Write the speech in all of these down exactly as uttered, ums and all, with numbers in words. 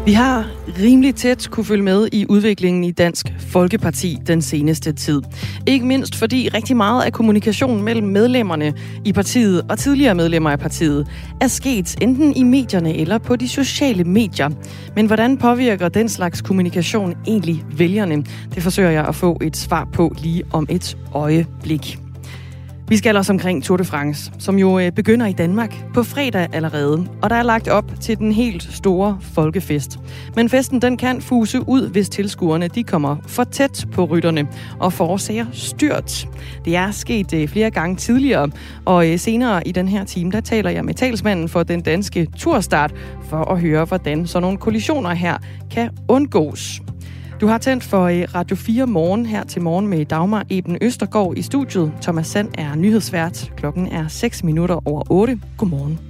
Vi har rimelig tæt kunne følge med i udviklingen i Dansk Folkeparti den seneste tid. Ikke mindst fordi rigtig meget af kommunikationen mellem medlemmerne i partiet og tidligere medlemmer af partiet er sket enten i medierne eller på de sociale medier. Men hvordan påvirker den slags kommunikation egentlig vælgerne? Det forsøger jeg at få et svar på lige om et øjeblik. Vi skal også omkring Tour de France, som jo begynder i Danmark på fredag allerede, og der er lagt op til den helt store folkefest. Men festen den kan fuse ud, hvis tilskuerne de kommer for tæt på rytterne og forårsager styrt. Det er sket flere gange tidligere, og senere i den her time, der taler jeg med talsmanden for den danske turstart for at høre, hvordan sådan nogle kollisioner her kan undgås. Du har tændt for Radio fire Morgen her til morgen med Dagmar Eben Østergaard i studiet. Thomas Sand er nyhedsvært. Klokken er seks minutter over otte. Godmorgen.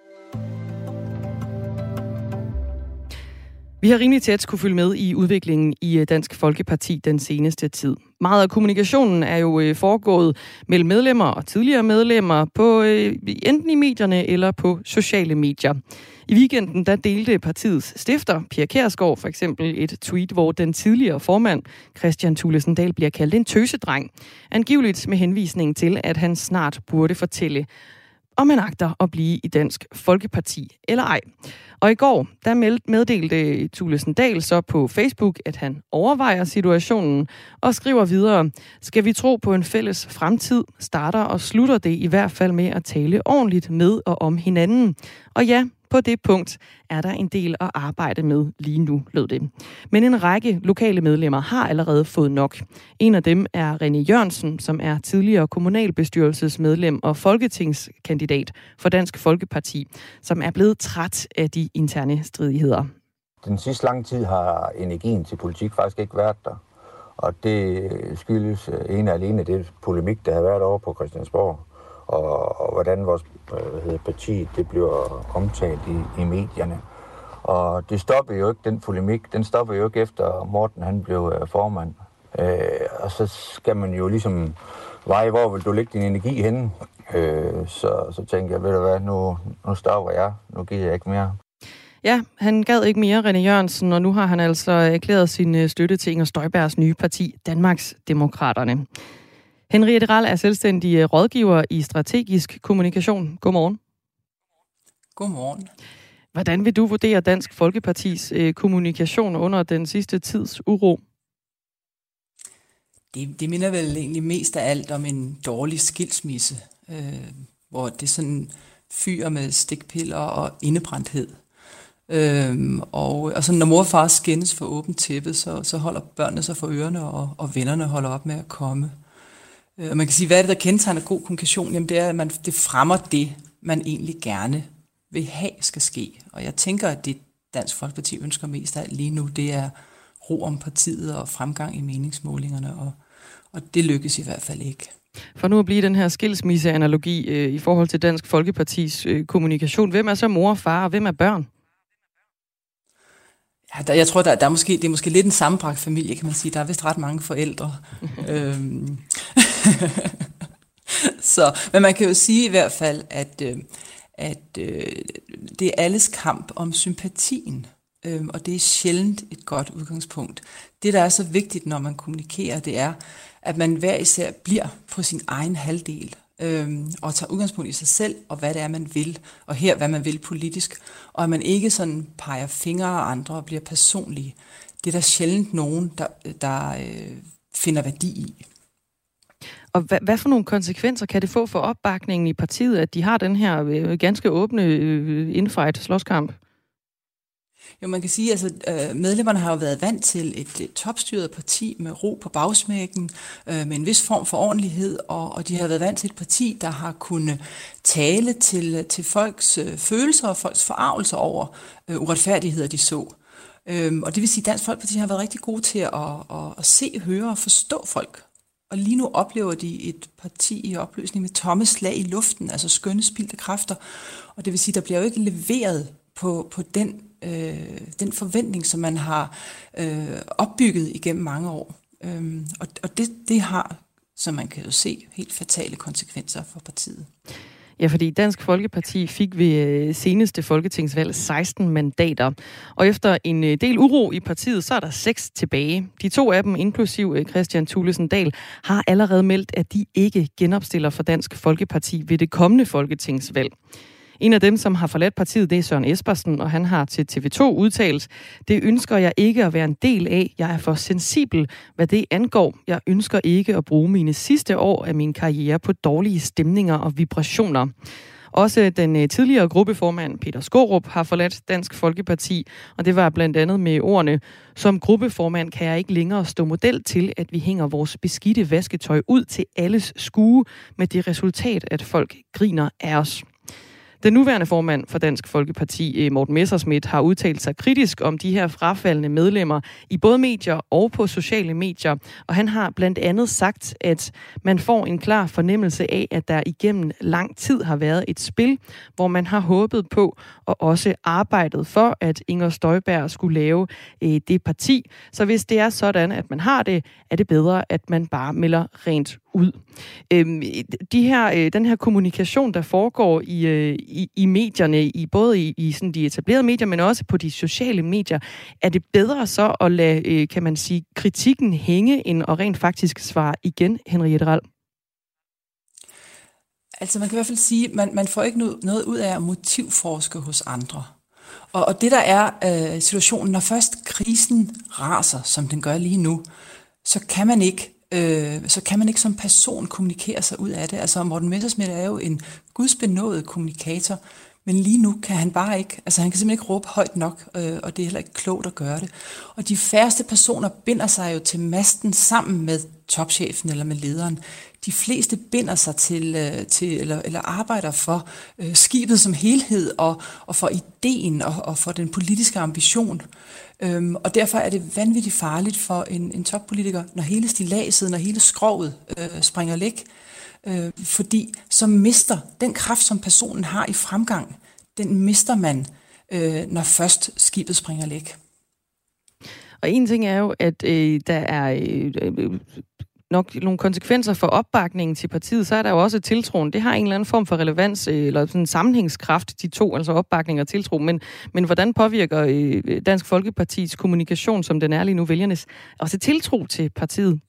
Vi har rimelig tæt kunne følge med i udviklingen i Dansk Folkeparti den seneste tid. Meget af kommunikationen er jo foregået mellem medlemmer og tidligere medlemmer på enten i medierne eller på sociale medier. I weekenden der delte partiets stifter, Pia Kjærsgaard, for eksempel et tweet, hvor den tidligere formand, Kristian Thulesen Dahl, bliver kaldt en tøsedreng. Angiveligt med henvisning til, at han snart burde fortælle, om han agter at blive i Dansk Folkeparti eller ej. Og i går, der meddelte Thulesen Dahl så på Facebook, at han overvejer situationen og skriver videre: skal vi tro på en fælles fremtid, starter og slutter det i hvert fald med at tale ordentligt med og om hinanden. Og ja, på det punkt er der en del at arbejde med lige nu, lød det. Men en række lokale medlemmer har allerede fået nok. En af dem er René Jørgensen, som er tidligere kommunalbestyrelsesmedlem og folketingskandidat for Dansk Folkeparti, som er blevet træt af de interne stridigheder. Den sidste lange tid har energien til politik faktisk ikke været der. Og det skyldes en og alene det polemik, der har været over på Christiansborg. Og, og hvordan vores hvad hedder, parti det bliver omtalt i, i medierne. Og det stopper jo ikke, den polemik, den stopper jo ikke efter Morten han blev øh, formand. Øh, og så skal man jo ligesom veje, hvor vil du lægge din energi henne? Øh, så, så tænker jeg, ved du hvad, nu, nu stopper jeg, nu giver jeg ikke mere. Ja, han gad ikke mere, René Jørgensen, og nu har han altså erklæret sin støtte til Inger Støjbergs nye parti, Danmarksdemokraterne. Henriette Rall er selvstændig rådgiver i strategisk kommunikation. Godmorgen. Godmorgen. Hvordan vil du vurdere Dansk Folkepartis øh, kommunikation under den sidste tids uro? Det, det minder vel egentlig mest af alt om en dårlig skilsmisse, øh, hvor det sådan fyrer med stikpiller og indebrændthed. Øhm, og, og så når mor og far skændes for åbent tæppe, så, så holder børnene sig for ørerne, og, og vennerne holder op med at komme. Og man kan sige, hvad er det, der kendetegner god kommunikation? Jamen det er, at man, det fremmer det, man egentlig gerne vil have skal ske. Og jeg tænker, at det Dansk Folkeparti ønsker mest af lige nu, det er ro om partiet og fremgang i meningsmålingerne, og, og det lykkes i hvert fald ikke. For nu at blive den her skilsmisse-analogi øh, i forhold til Dansk Folkepartis øh, kommunikation, hvem er så mor og far, og hvem er børn? Ja, der, jeg tror, der, der er måske, det er måske lidt en sammenbragt familie, kan man sige. Der er vist ret mange forældre. øhm. Så, men man kan jo sige i hvert fald, at, øh, at øh, det er alles kamp om sympatien. Øhm, og det er sjældent et godt udgangspunkt. Det, der er så vigtigt, når man kommunikerer, det er, at man hver især bliver på sin egen halvdel. Øhm, og tager udgangspunkt i sig selv, og hvad det er, man vil, og her, hvad man vil politisk, og at man ikke sådan peger fingre af andre og bliver personlige. Det er der sjældent nogen, der, der øh, finder værdi i. Og hvad, hvad for nogle konsekvenser kan det få for opbakningen i partiet, at de har den her øh, ganske åbne øh, infight slåskamp? Jo, man kan sige, at altså, medlemmerne har jo været vant til et, et topstyret parti med ro på bagsmækken, øh, med en vis form for ordentlighed, og, og de har været vant til et parti, der har kunnet tale til, til folks øh, følelser og folks forarvelser over øh, uretfærdigheder, de så. Øhm, og det vil sige, at Dansk Folkeparti har været rigtig gode til at, at, at se, høre og forstå folk. Og lige nu oplever de et parti i opløsning med tomme slag i luften, altså skønne spildte kræfter. Og det vil sige, at der bliver jo ikke leveret på, på den Øh, den forventning, som man har øh, opbygget igennem mange år. Øhm, og og det, det har, som man kan jo se, helt fatale konsekvenser for partiet. Ja, fordi Dansk Folkeparti fik ved seneste folketingsvalg seksten mandater. Og efter en del uro i partiet, så er der seks tilbage. De to af dem, inklusiv Kristian Thulesen Dahl, har allerede meldt, at de ikke genopstiller for Dansk Folkeparti ved det kommende folketingsvalg. En af dem, som har forladt partiet, det er Søren Espersen, og han har til T V to udtalt: "Det ønsker jeg ikke at være en del af. Jeg er for sensibel, hvad det angår. Jeg ønsker ikke at bruge mine sidste år af min karriere på dårlige stemninger og vibrationer." Også den tidligere gruppeformand Peter Skaarup har forladt Dansk Folkeparti, og det var blandt andet med ordene: "Som gruppeformand kan jeg ikke længere stå model til, at vi hænger vores beskidte vasketøj ud til alles skue, med det resultat, at folk griner af os." Den nuværende formand for Dansk Folkeparti, Morten Messerschmidt, har udtalt sig kritisk om de her frafaldne medlemmer i både medier og på sociale medier. Og han har blandt andet sagt, at man får en klar fornemmelse af, at der igennem lang tid har været et spil, hvor man har håbet på og også arbejdet for, at Inger Støjberg skulle lave øh, det parti. Så hvis det er sådan, at man har det, er det bedre, at man bare melder rent ud. Øhm, de her, øh, den her kommunikation, der foregår i, øh, i, i medierne, i både i, i sådan de etablerede medier, men også på de sociale medier, er det bedre så at lade, øh, kan man sige, kritikken hænge, end at rent faktisk svare igen, Henriette Rall? Altså man kan i hvert fald sige, at man, man får ikke noget, noget ud af at motivforske hos andre. Og, og det der er øh, situationen, når først krisen raser, som den gør lige nu, så kan man ikke Øh, så kan man ikke som person kommunikere sig ud af det. Altså Morten Messerschmidt er jo en gudsbenådet kommunikator, men lige nu kan han bare ikke, altså han kan simpelthen ikke råbe højt nok, øh, og det er heller ikke klogt at gøre det. Og de færreste personer binder sig jo til masten sammen med topchefen eller med lederen. De fleste binder sig til, øh, til eller, eller arbejder for øh, skibet som helhed, og, og for ideen og, og for den politiske ambition. Øhm, og derfor er det vanvittigt farligt for en, en toppolitiker, når hele stilladset, når hele skroget øh, springer læk. Øh, fordi så mister den kraft, som personen har i fremgang, den mister man, øh, når først skibet springer læk. Og en ting er jo, at øh, der er øh, nok nogle konsekvenser for opbakningen til partiet, så er der jo også tiltroen. Det har en eller anden form for relevans, øh, eller sådan en sammenhængskraft, de to, altså opbakning og tiltro. Men, men hvordan påvirker øh, Dansk Folkepartis kommunikation, som den er lige nu, vælgernes også tiltro til partiet?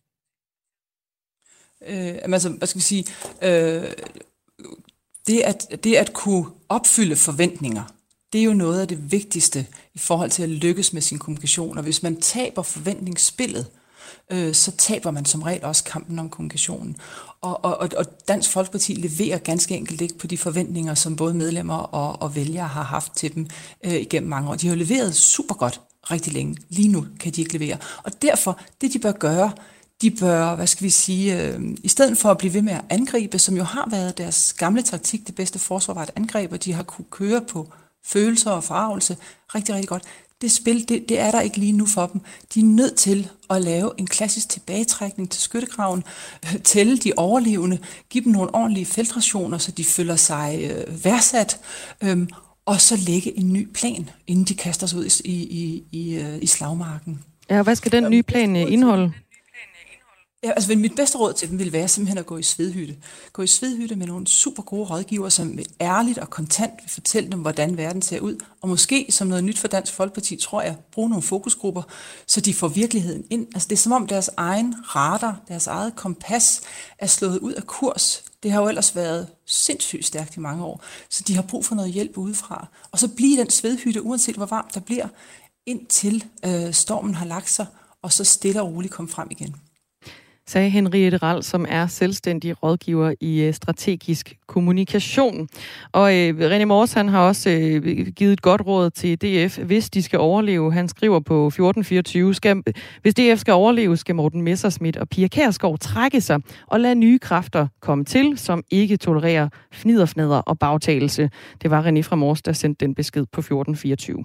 Øh, altså, hvad skal vi sige, øh, det, at, det at kunne opfylde forventninger, det er jo noget af det vigtigste i forhold til at lykkes med sin kommunikation. Og hvis man taber forventningsspillet, øh, så taber man som regel også kampen om kommunikationen. Og, og, og Dansk Folkeparti leverer ganske enkelt ikke på de forventninger, som både medlemmer og, og vælgere har haft til dem øh, igennem mange år. De har jo leveret super godt rigtig længe. Lige nu kan de ikke levere. Og derfor, det de bør gøre, de bør, hvad skal vi sige, øh, i stedet for at blive ved med at angribe, som jo har været deres gamle taktik, det bedste forsvar var et angreb, og de har kunne køre på følelser og forarvelse rigtig, rigtig godt. Det spil, det, det er der ikke lige nu for dem. De er nødt til at lave en klassisk tilbagetrækning til skyttegraven, øh, tælle de overlevende, give dem nogle ordentlige feltrationer, så de føler sig øh, værdsat, øh, og så lægge en ny plan, inden de kaster sig ud i, i, i, øh, i slagmarken. Ja, hvad skal den nye plan indeholde? Ja, altså mit bedste råd til dem ville være simpelthen at gå i svedhytte. Gå i svedhytte med nogle super gode rådgivere, som ærligt og kontant vil fortælle dem, hvordan verden ser ud. Og måske, som noget nyt for Dansk Folkeparti, tror jeg, bruge nogle fokusgrupper, så de får virkeligheden ind. Altså det er som om deres egen radar, deres eget kompas er slået ud af kurs. Det har jo ellers været sindssygt stærkt i mange år, så de har brug for noget hjælp udefra. Og så bliver den svedhytte, uanset hvor varmt der bliver, indtil øh, stormen har lagt sig, og så stille og roligt komme frem igen. Sagde Henriette Rall, som er selvstændig rådgiver i strategisk kommunikation. Og øh, René Mors, han har også øh, givet et godt råd til D F, hvis de skal overleve. Han skriver på fjorten fireogtyve, skal, hvis D F skal overleve, skal Morten Messerschmidt og Pia Kjærsgaard trække sig og lade nye kræfter komme til, som ikke tolererer fniderfnader og bagtagelse. Det var René fra Mors, der sendte den besked på fjorten fireogtyve.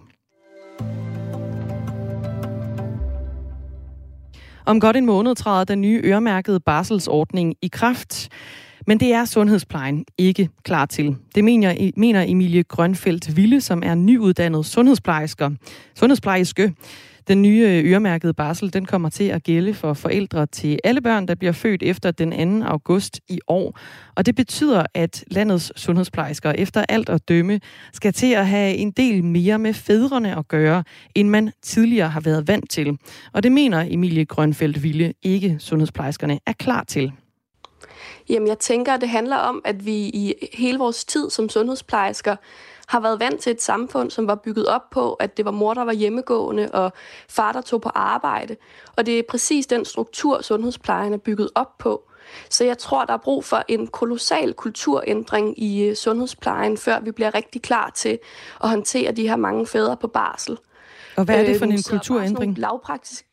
Om godt en måned træder den nye øremærkede barselsordning i kraft. Men det er sundhedsplejen ikke klar til. Det mener, mener Emilie Grønfeldt Ville, som er nyuddannet sundhedsplejersker. Sundhedsplejerske. Den nye øremærkede barsel, den kommer til at gælde for forældre til alle børn, der bliver født efter den anden august i år. Og det betyder, at landets sundhedsplejersker efter alt at dømme skal til at have en del mere med fædrene at gøre, end man tidligere har været vant til. Og det mener Emilie Grønfeldt Wille ikke sundhedsplejerskerne er klar til. Jamen, jeg tænker, at det handler om, at vi i hele vores tid som sundhedsplejersker har været vant til et samfund, som var bygget op på, at det var mor, der var hjemmegående, og far, der tog på arbejde. Og det er præcis den struktur, sundhedsplejen er bygget op på. Så jeg tror, der er brug for en kolossal kulturændring i sundhedsplejen, før vi bliver rigtig klar til at håndtere de her mange fædre på barsel. Og hvad er det for en kulturændring? Lavpraktisk.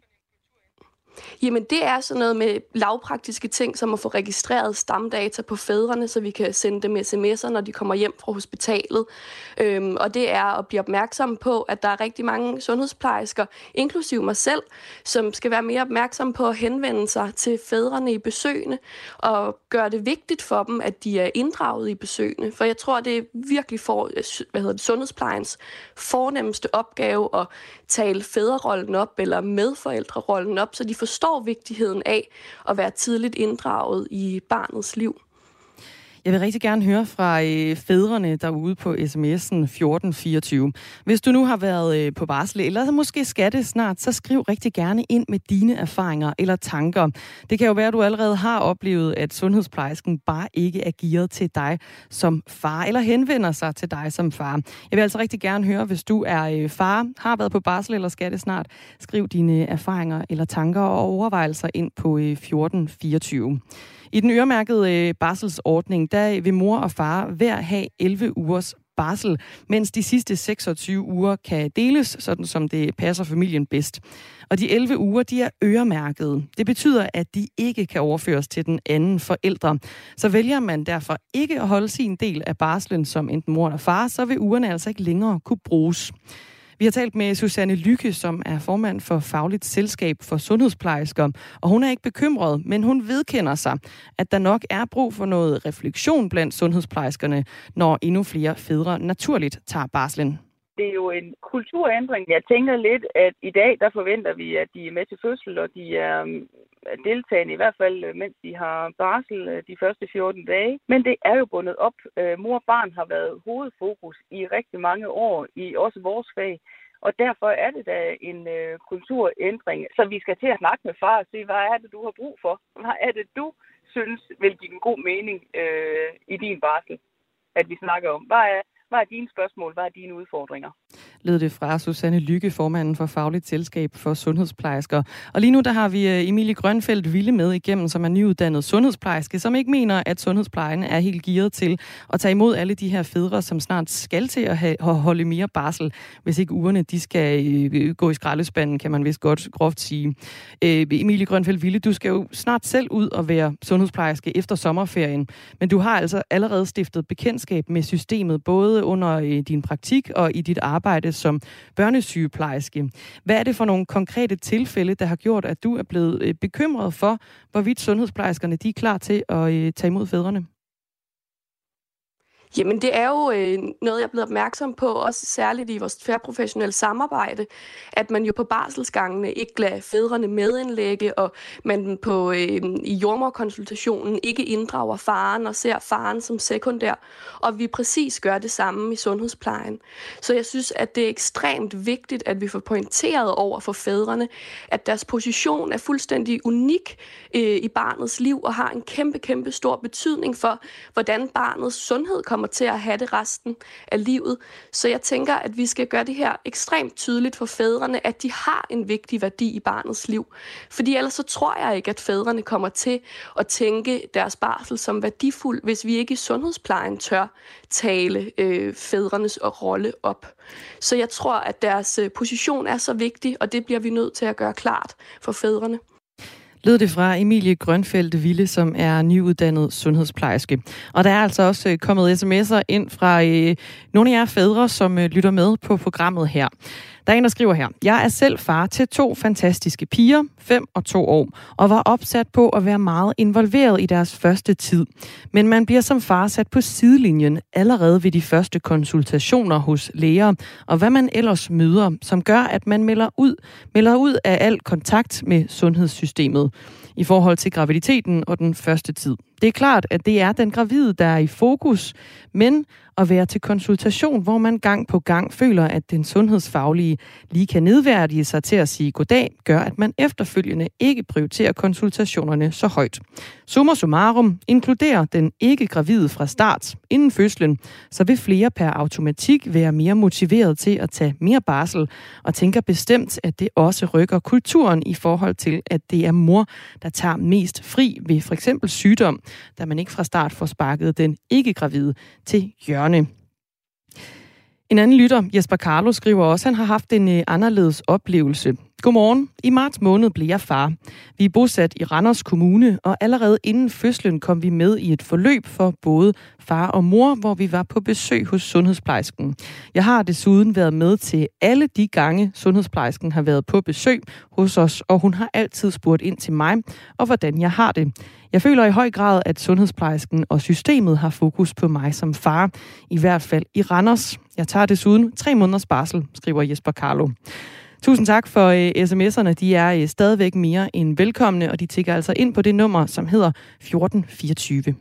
Jamen det er sådan noget med lavpraktiske ting, som at få registreret stamdata på fædrene, så vi kan sende dem sms'er, når de kommer hjem fra hospitalet. Øhm, og det er at blive opmærksom på, at der er rigtig mange sundhedsplejersker, inklusive mig selv, som skal være mere opmærksom på at henvende sig til fædrene i besøgene, og gøre det vigtigt for dem, at de er inddraget i besøgene. For jeg tror, det er virkelig for, hvad hedder det, sundhedsplejens fornemmeste opgave at tale fædrerollen op, eller medforældrerollen op, så de forstår vigtigheden af at være tidligt inddraget i barnets liv. Jeg vil rigtig gerne høre fra øh, fædrene derude på sms'en fjorten fireogtyve. Hvis du nu har været øh, på barsel, eller måske skal det snart, så skriv rigtig gerne ind med dine erfaringer eller tanker. Det kan jo være, at du allerede har oplevet, at sundhedsplejersken bare ikke er gearet til dig som far, eller henvender sig til dig som far. Jeg vil altså rigtig gerne høre, hvis du er øh, far, har været på barsel, eller skal det snart, skriv dine erfaringer eller tanker og overvejelser ind på øh, fjorten fireogtyve. I den øremærkede øh, barselsordning, der vil mor og far hver have elleve ugers barsel, mens de sidste seksogtyve uger kan deles, sådan som det passer familien bedst. Og de elleve uger, de er øremærkede. Det betyder, at de ikke kan overføres til den anden forælder. Så vælger man derfor ikke at holde sin del af barslen som enten mor eller far, så vil ugerne altså ikke længere kunne bruges. Vi har talt med Susanne Lykke, som er formand for Fagligt Selskab for Sundhedsplejersker, og hun er ikke bekymret, men hun vedkender sig, at der nok er brug for noget refleksion blandt sundhedsplejerskerne, når endnu flere fædre naturligt tager barslen. Det er jo en kulturændring. Jeg tænker lidt, at i dag der forventer vi, at de er med til fødsel, og de er deltagende i hvert fald, mens de har barsel de første fjorten dage. Men det er jo bundet op. Mor og barn har været hovedfokus i rigtig mange år i også vores fag. Og derfor er det da en øh, kulturændring. Så vi skal til at snakke med far og se, hvad er det, du har brug for? Hvad er det, du synes vil give en god mening øh, i din barsel, at vi snakker om? Hvad er Hvad er dine spørgsmål? Hvad er dine udfordringer? Lød det fra Susanne Lykke, formanden for Fagligt Selskab for Sundhedsplejersker. Og lige nu der har vi Emilie Grønfeldt Wille med igennem, som er nyuddannet sundhedsplejerske, som ikke mener, at sundhedsplejen er helt gearet til at tage imod alle de her fædre, som snart skal til at have, holde mere barsel, hvis ikke ugerne de skal øh, gå i skraldespanden, kan man vist godt groft sige. Øh, Emilie Grønfeldt Wille, du skal jo snart selv ud og være sundhedsplejerske efter sommerferien, men du har altså allerede stiftet bekendtskab med systemet, både under øh, din praktik og i dit arbejde som børnesygeplejerske. Hvad er det for nogle konkrete tilfælde, der har gjort, at du er blevet øh, bekymret for, hvorvidt sundhedsplejerskerne de er klar til at øh, tage imod fædrene? Jamen det er jo øh, noget, jeg er blevet opmærksom på, også særligt i vores tværprofessionelle samarbejde, at man jo på barselsgangene ikke lader fædrene medindlægge, og man på, øh, i jordemoderkonsultationen ikke inddrager faren og ser faren som sekundær, og vi præcis gør det samme i sundhedsplejen. Så jeg synes, at det er ekstremt vigtigt, at vi får pointeret over for fædrene, at deres position er fuldstændig unik øh, i barnets liv, og har en kæmpe, kæmpe stor betydning for, hvordan barnets sundhed kommer til at have det resten af livet. Så jeg tænker, at vi skal gøre det her ekstremt tydeligt for fædrene, at de har en vigtig værdi i barnets liv. Fordi ellers så tror jeg ikke, at fædrene kommer til at tænke deres barsel som værdifuld, hvis vi ikke i sundhedsplejen tør tale øh, fædrenes rolle op. Så jeg tror, at deres position er så vigtig, og det bliver vi nødt til at gøre klart for fædrene. Lød det fra Emilie Grønfeldt Wille, som er nyuddannet sundhedsplejerske. Og der er altså også kommet sms'er ind fra øh, nogle af jer fædre, som øh, lytter med på programmet her. Der er en, der skriver her: Jeg er selv far til to fantastiske piger, fem og to år, og var opsat på at være meget involveret i deres første tid. Men man bliver som far sat på sidelinjen allerede ved de første konsultationer hos læger, og hvad man ellers møder, som gør, at man melder ud, melder ud af al kontakt med sundhedssystemet i forhold til graviditeten og den første tid. Det er klart, at det er den gravide, der er i fokus, men at være til konsultation, hvor man gang på gang føler, at den sundhedsfaglige lige kan nedværdige sig til at sige goddag, gør, at man efterfølgende ikke prioriterer konsultationerne så højt. Summa summarum inkluderer den ikke gravide fra start inden fødslen, så vil flere per automatik være mere motiveret til at tage mere barsel, og tænker bestemt, at det også rykker kulturen i forhold til, at det er mor, der tager mest fri ved for eksempel sygdom, da man ikke fra start får sparket den ikke gravide til hjørne. En anden lytter, Jesper Carlo, skriver også, at han har haft en øh, anderledes oplevelse. Godmorgen. I marts måned blev jeg far. Vi er bosat i Randers Kommune, og allerede inden fødslen kom vi med i et forløb for både far og mor, hvor vi var på besøg hos sundhedsplejersken. Jeg har desuden været med til alle de gange, sundhedsplejersken har været på besøg hos os, og hun har altid spurgt ind til mig, og hvordan jeg har det. Jeg føler i høj grad, at sundhedsplejersken og systemet har fokus på mig som far, i hvert fald i Randers. Jeg tager desuden tre måneders barsel, skriver Jesper Carlo. Tusind tak for uh, sms'erne. De er uh, stadigvæk mere end velkomne, og de tikker altså ind på det nummer, som hedder fjorten fireogtyve.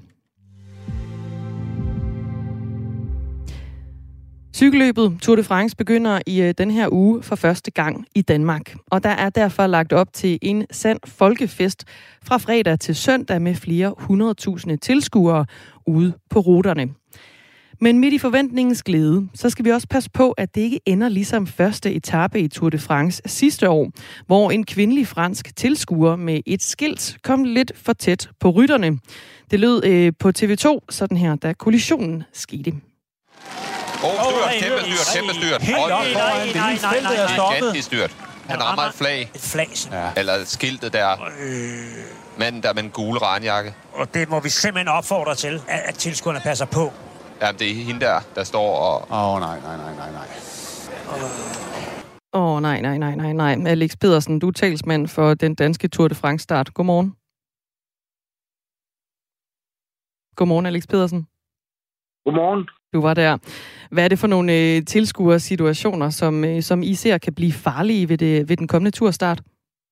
Cykelløbet Tour de France begynder i uh, den her uge for første gang i Danmark, og der er derfor lagt op til en sand folkefest fra fredag til søndag med flere hundredtusinde tilskuere ude på ruterne. Men midt i forventningens glæde, så skal vi også passe på, at det ikke ender ligesom første etape i Tour de France sidste år, hvor en kvindelig fransk tilskuer med et skilt kom lidt for tæt på rytterne. Det lød øh, på T V to sådan her, da kollisionen skete. Åh, oh, styrt, kæmpe styrt, kæmpe styrt. Helt op foran, det hele feltet er stoppet. Gigantisk styrt. Han rammer et flag. Et flag, ja. Eller skiltet der. Øh... Manden der med en gule regnjakke. Og det må vi simpelthen opfordre til, at, at tilskuerne passer på. Ja, det er hende der, der står og... Åh, oh, nej, nej, nej, nej, nej. Åh, oh, nej, nej, nej, nej, nej. Alex Pedersen, du er talsmand for den danske Tour de France-start. Godmorgen. Godmorgen, Alex Pedersen. Godmorgen. Du var der. Hvad er det for nogle øh, tilskuersituationer, som, øh, som I ser kan blive farlige ved, det, ved den kommende turstart?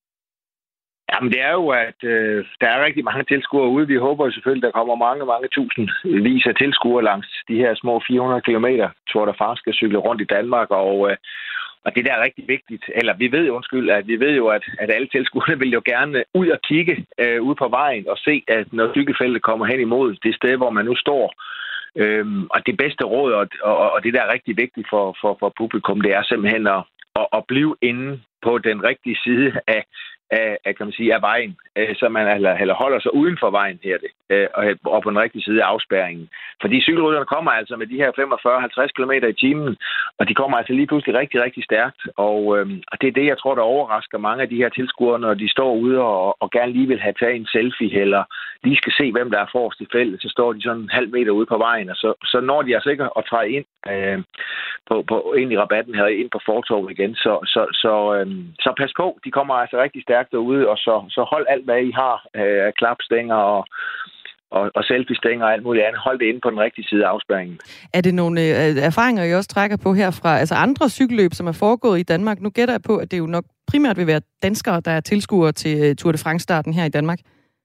Jamen, det er jo, at øh, der er rigtig mange tilskuere ude. Vi håber jo selvfølgelig, der kommer mange, mange tusind vis af tilskuere langs de her små fire hundrede kilometer, Tour de France skal cykle rundt i Danmark, og, øh, og det der er rigtig vigtigt. Eller vi ved jo, undskyld, at vi ved jo, at, at alle tilskuerne vil jo gerne ud og kigge øh, ud på vejen og se, at når cykelfeltet kommer hen imod det sted, hvor man nu står. Øhm, og det bedste råd, og, og, og det der er rigtig vigtigt for, for, for publikum, det er simpelthen at, at, at blive inde på den rigtige side af Af, af, kan man sige, af vejen, øh, så man eller, eller holder sig uden for vejen her det, øh, og, og på den rigtige side af afspærringen. Fordi cykelrytterne kommer altså med de her femogfyrre til halvtreds kilometer i timen, og de kommer altså lige pludselig rigtig, rigtig stærkt. Og, øh, og det er det, jeg tror, der overrasker mange af de her tilskuere, når de står ude og, og gerne lige vil have taget en selfie, eller lige skal se, hvem der er forrest i feltet, så står de sådan en halv meter ude på vejen, og så, så når de altså ikke at træde ind øh, på, på, ind i rabatten her, ind på fortovet igen. Så, så, så, øh, så pas på, de kommer altså rigtig stærkt derude, og så, så hold alt, hvad I har af øh, klapstænger og, og, og selfie-stænger og alt muligt andet. Hold det inde på den rigtige side af afspærringen. Er det nogle øh, erfaringer, I også trækker på herfra? Altså andre cykelløb, som er foregået i Danmark. Nu gætter jeg på, at det jo nok primært vil være danskere, der er tilskuere til Tour de France-starten her i Danmark.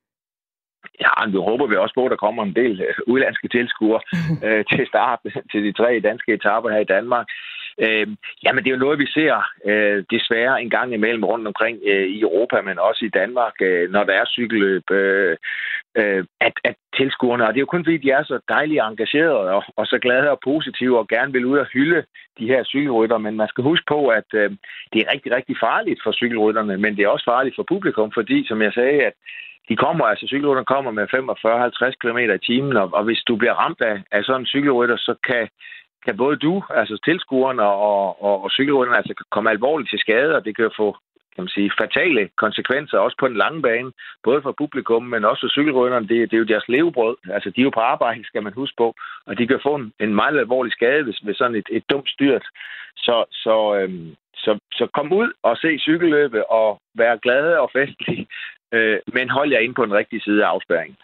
Ja, vi håber vi også på, at der kommer en del øh, udlandske tilskuere øh, til start til de tre danske etaper her i Danmark. Øh, jamen, det er jo noget, vi ser øh, desværre en gang imellem rundt omkring øh, i Europa, men også i Danmark, øh, når der er cykelløb, øh, øh, at, at tilskuerne, og det er jo kun fordi, de er så dejligt engagerede og, og så glade og positive og gerne vil ud og hylde de her cykelrytter, men man skal huske på, at øh, det er rigtig, rigtig farligt for cykelrytterne, men det er også farligt for publikum, fordi, som jeg sagde, at de kommer, altså cykelrytterne kommer med femogfyrre til halvtreds kilometer i timen, og, og hvis du bliver ramt af, af sådan en cykelrytter, så kan, kan både du, altså tilskueren og, og, og cykelrytterne, altså komme alvorligt til skade, og det kan jo få, kan man sige, fatale konsekvenser, også på den lange bane, både for publikum, men også for cykelrytterne. Det, det er jo deres levebrød. Altså, de er jo på arbejde, skal man huske på, og de kan få en, en meget alvorlig skade ved, ved sådan et, et dumt styrt. Så, så, øhm, så, så kom ud og se cykelløbet og vær glade og festlige, øh, men hold jer inde på den rigtige side af afspærringen.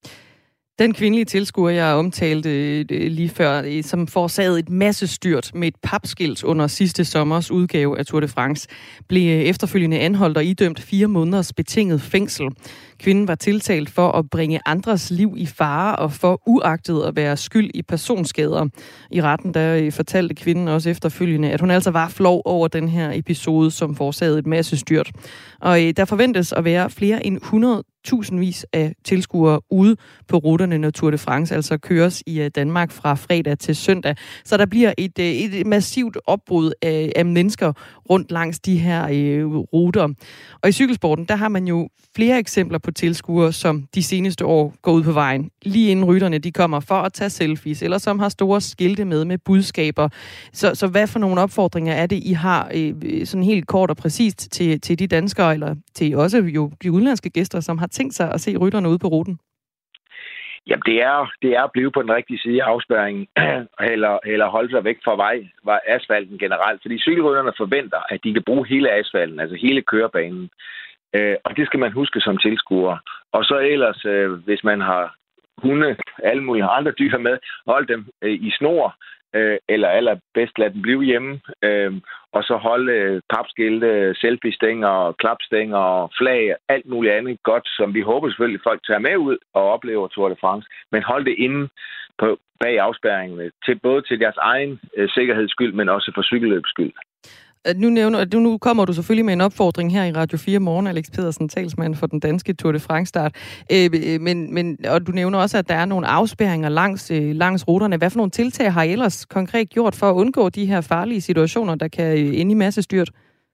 Den kvindelige tilskuer, jeg omtalte lige før, som forårsagede et massestyrt med et papskilt under sidste sommers udgave af Tour de France, blev efterfølgende anholdt og idømt fire måneders betinget fængsel. Kvinden var tiltalt for at bringe andres liv i fare og for uagtet at være skyld i personskader. I retten der fortalte kvinden også efterfølgende, at hun altså var flov over den her episode, som forårsagede et massestyrt. Og der forventes at være flere end hundrede tusindvis af tilskuere ude på ruterne, når Tour de France altså køres i Danmark fra fredag til søndag. Så der bliver et, et massivt opbrud af, af mennesker rundt langs de her øh, ruter. Og i cykelsporten, der har man jo flere eksempler på tilskuere, som de seneste år går ud på vejen, lige inden rytterne de kommer for at tage selfies, eller som har store skilte med med budskaber. Så, så hvad for nogle opfordringer er det, I har øh, sådan helt kort og præcist til, til de danskere, eller til også jo de udenlandske gæster, som har tænkt sig at se rytterne ude på ruten? Jamen, det er, det er at blive på den rigtige side af afspærringen, eller, eller holde sig væk fra vej, var asfalten generelt. Fordi cykelrytterne forventer, at de kan bruge hele asfalten, altså hele kørebanen. Øh, og det skal man huske som tilskuer. Og så ellers, øh, hvis man har hunde, alle mulige andre dyr med, hold dem øh, i snor, øh, eller allerbedst lad dem blive hjemme. Øh, og så holde øh, papskilte, selfie-stænger, klapstænger, flag, alt muligt andet godt, som vi håber selvfølgelig folk tager med ud og oplever Tour de France. Men hold det inde på, bag afspærringen, til, både til deres egen øh, sikkerheds skyld, men også for cykelløbs skyld. Nu, nævner, nu kommer du selvfølgelig med en opfordring her i Radio fire Morgen, Alex Pedersen, talsmand for den danske Tour de France-start. Øh, men, men, og du nævner også, at der er nogle afspærringer langs, øh, langs ruterne. Hvad for nogle tiltag har I ellers konkret gjort for at undgå de her farlige situationer, der kan ende i massestyrt?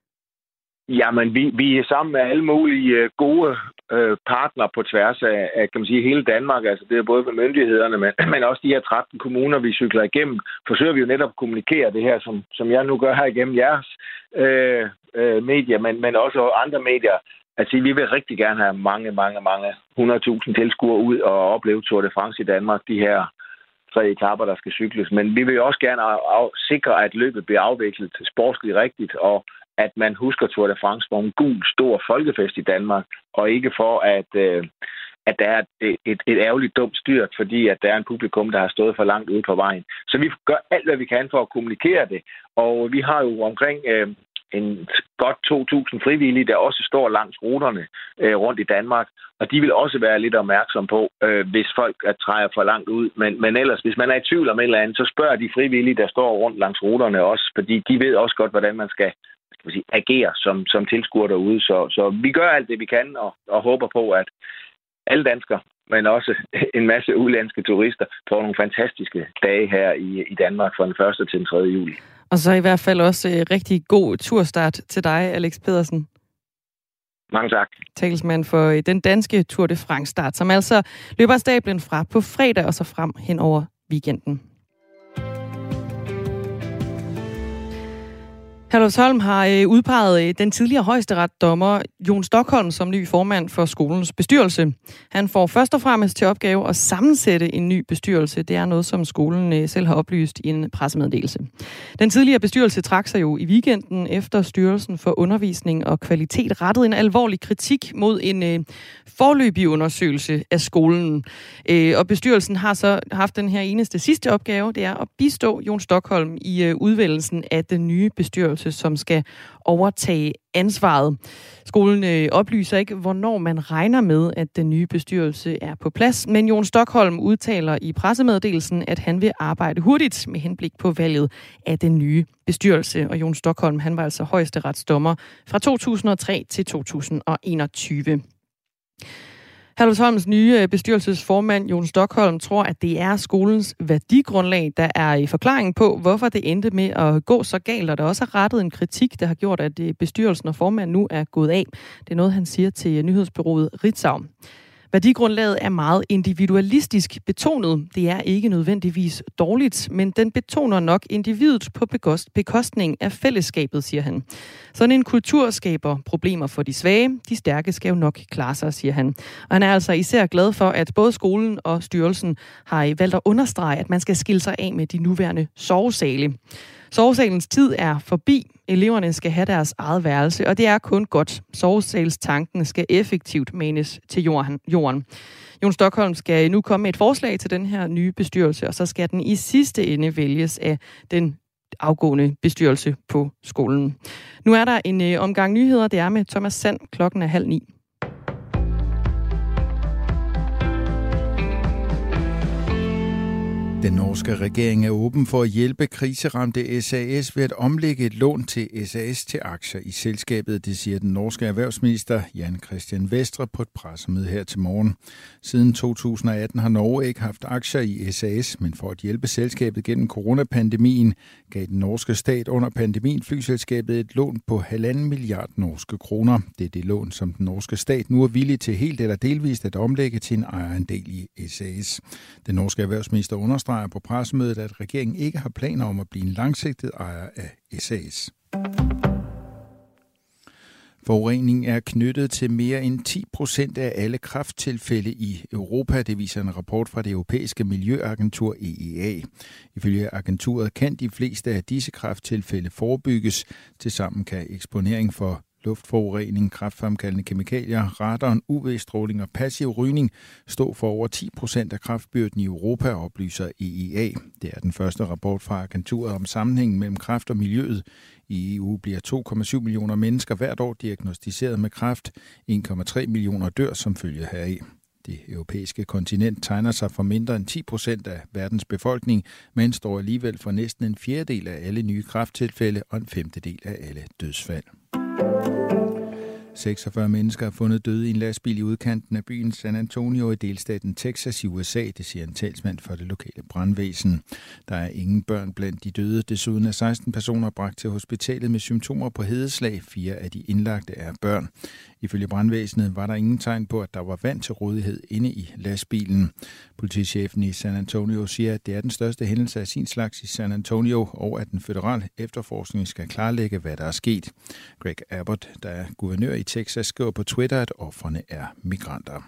Jamen, vi, vi er sammen med alle mulige gode øh, partnere på tværs af, af, kan man sige, hele Danmark. Altså, det er både med myndighederne, men, men også de her tretten kommuner, vi cykler igennem. Forsøger vi jo netop at kommunikere det her, som, som jeg nu gør her igennem jeres øh, øh, medier, men, men også andre medier. Altså, vi vil rigtig gerne have mange, mange, mange hundrede tusind tilskuere ud og opleve Tour de France i Danmark, de her tre etaper, der skal cykles. Men vi vil også gerne af, af, sikre, at løbet bliver afviklet sportsligt rigtigt, og at man husker Tour de France for en god, stor folkefest i Danmark, og ikke for, at, øh, at der er et, et, et ærgerligt dumt styrt, fordi at der er en publikum, der har stået for langt ude på vejen. Så vi gør alt, hvad vi kan for at kommunikere det, og vi har jo omkring øh, en godt to tusind frivillige, der også står langs ruterne øh, rundt i Danmark, og de vil også være lidt opmærksom på, øh, hvis folk er træder for langt ud. Men, men ellers, hvis man er i tvivl om et eller andet, så spørger de frivillige, der står rundt langs ruterne også, fordi de ved også godt, hvordan man skal sige, agere som, som tilskuer derude. Så, så vi gør alt det, vi kan, og, og håber på, at alle danskere, men også en masse udlandske turister, får nogle fantastiske dage her i, i Danmark fra den første til den tredje juli. Og så i hvert fald også uh, rigtig god turstart til dig, Alex Pedersen. Mange tak. Talsmand for uh, den danske Tour de France-start, som altså løber stablen fra på fredag og så frem hen over weekenden. Herlufsholm har øh, udpeget øh, den tidligere højesteretsdommer Jon Stokholm som ny formand for skolens bestyrelse. Han får først og fremmest til opgave at sammensætte en ny bestyrelse. Det er noget, som skolen øh, selv har oplyst i en pressemeddelelse. Den tidligere bestyrelse trak sig jo i weekenden efter Styrelsen for Undervisning og Kvalitet rettede en alvorlig kritik mod en øh, foreløbig undersøgelse af skolen. Øh, og bestyrelsen har så haft den her eneste sidste opgave, det er at bistå Jon Stokholm i øh, udvælgelsen af den nye bestyrelse, som skal overtage ansvaret. Skolen øh, oplyser ikke, hvornår man regner med, at den nye bestyrelse er på plads, men Jon Stokholm udtaler i pressemeddelelsen, at han vil arbejde hurtigt med henblik på valget af den nye bestyrelse. Og Jon Stokholm, han var altså højesteretsdommer fra to tusind og tre til to tusind og enogtyve. Herlufsholms nye bestyrelsesformand, Jon Stokholm, tror, at det er skolens værdigrundlag, der er i forklaringen på, hvorfor det endte med at gå så galt, og der også har rettet en kritik, der har gjort, at bestyrelsen og formanden nu er gået af. Det er noget, han siger til nyhedsbureauet Ritzau. Værdigrundlaget er meget individualistisk betonet. Det er ikke nødvendigvis dårligt, men den betoner nok individet på bekostning af fællesskabet, siger han. Sådan en kultur skaber problemer for de svage. De stærke skal jo nok klare sig, siger han. Og han er altså især glad for, at både skolen og styrelsen har valgt at understrege, at man skal skille sig af med de nuværende sovesale. Sovesalens tid er forbi. eleverne skal have deres eget værelse, og det er kun godt. Sovesalstanken skal effektivt manes til jorden. Jon Stokholm skal nu komme med et forslag til den her nye bestyrelse, og så skal den i sidste ende vælges af den afgående bestyrelse på skolen. Nu er der en øh, omgang nyheder, det er med Thomas Sand. Klokken er halv ni. Den norske regering er åben for at hjælpe kriseramte S A S ved at omlægge et lån til S A S til aktier i selskabet. Det siger den norske erhvervsminister Jan Christian Vestre på et pressemøde her til morgen. Siden to tusind og atten har Norge ikke haft aktier i S A S, men for at hjælpe selskabet gennem coronapandemien gav den norske stat under pandemien flyselskabet et lån på halvanden milliard norske kroner. Det er det lån, som den norske stat nu er villig til helt eller delvist at omlægge til en ejerandel i S A S. Den norske erhvervsminister understreger på pressemødet, at regeringen ikke har planer om at blive en langsigtet ejer af S A S. Forurening er knyttet til mere end ti procent af alle kræfttilfælde i Europa. Det viser en rapport fra det europæiske miljøagentur E E A. Ifølge agenturet kan de fleste af disse kræfttilfælde forebygges. Tilsammen kan eksponering for luftforurening, kræftfremkaldende kemikalier, radon, U V-stråling og passiv rygning stå for over ti procent af kræftbyrden i Europa, oplyser E E A. Det er den første rapport fra agenturet om sammenhængen mellem kræft og miljøet. I E U bliver to komma syv millioner mennesker hvert år diagnosticeret med kræft. en komma tre millioner dør som følge heraf. Det europæiske kontinent tegner sig for mindre end ti procent af verdens befolkning, men står alligevel for næsten en fjerdedel af alle nye kræfttilfælde og en femtedel af alle dødsfald. seksogfyrre mennesker er fundet døde i en lastbil i udkanten af byen San Antonio i delstaten Texas i U S A, det siger en talsmand for det lokale brandvæsen. Der er ingen børn blandt de døde. Desuden er seksten personer bragt til hospitalet med symptomer på hedeslag. Fire af de indlagte er børn. Ifølge brandvæsenet var der ingen tegn på, at der var vand til rådighed inde i lastbilen. Politichefen i San Antonio siger, at det er den største hændelse af sin slags i San Antonio, og at den føderale efterforskning skal klarlægge, hvad der er sket. Greg Abbott, der er guvernør i Texas, skriver på Twitter, at ofrene er migranter.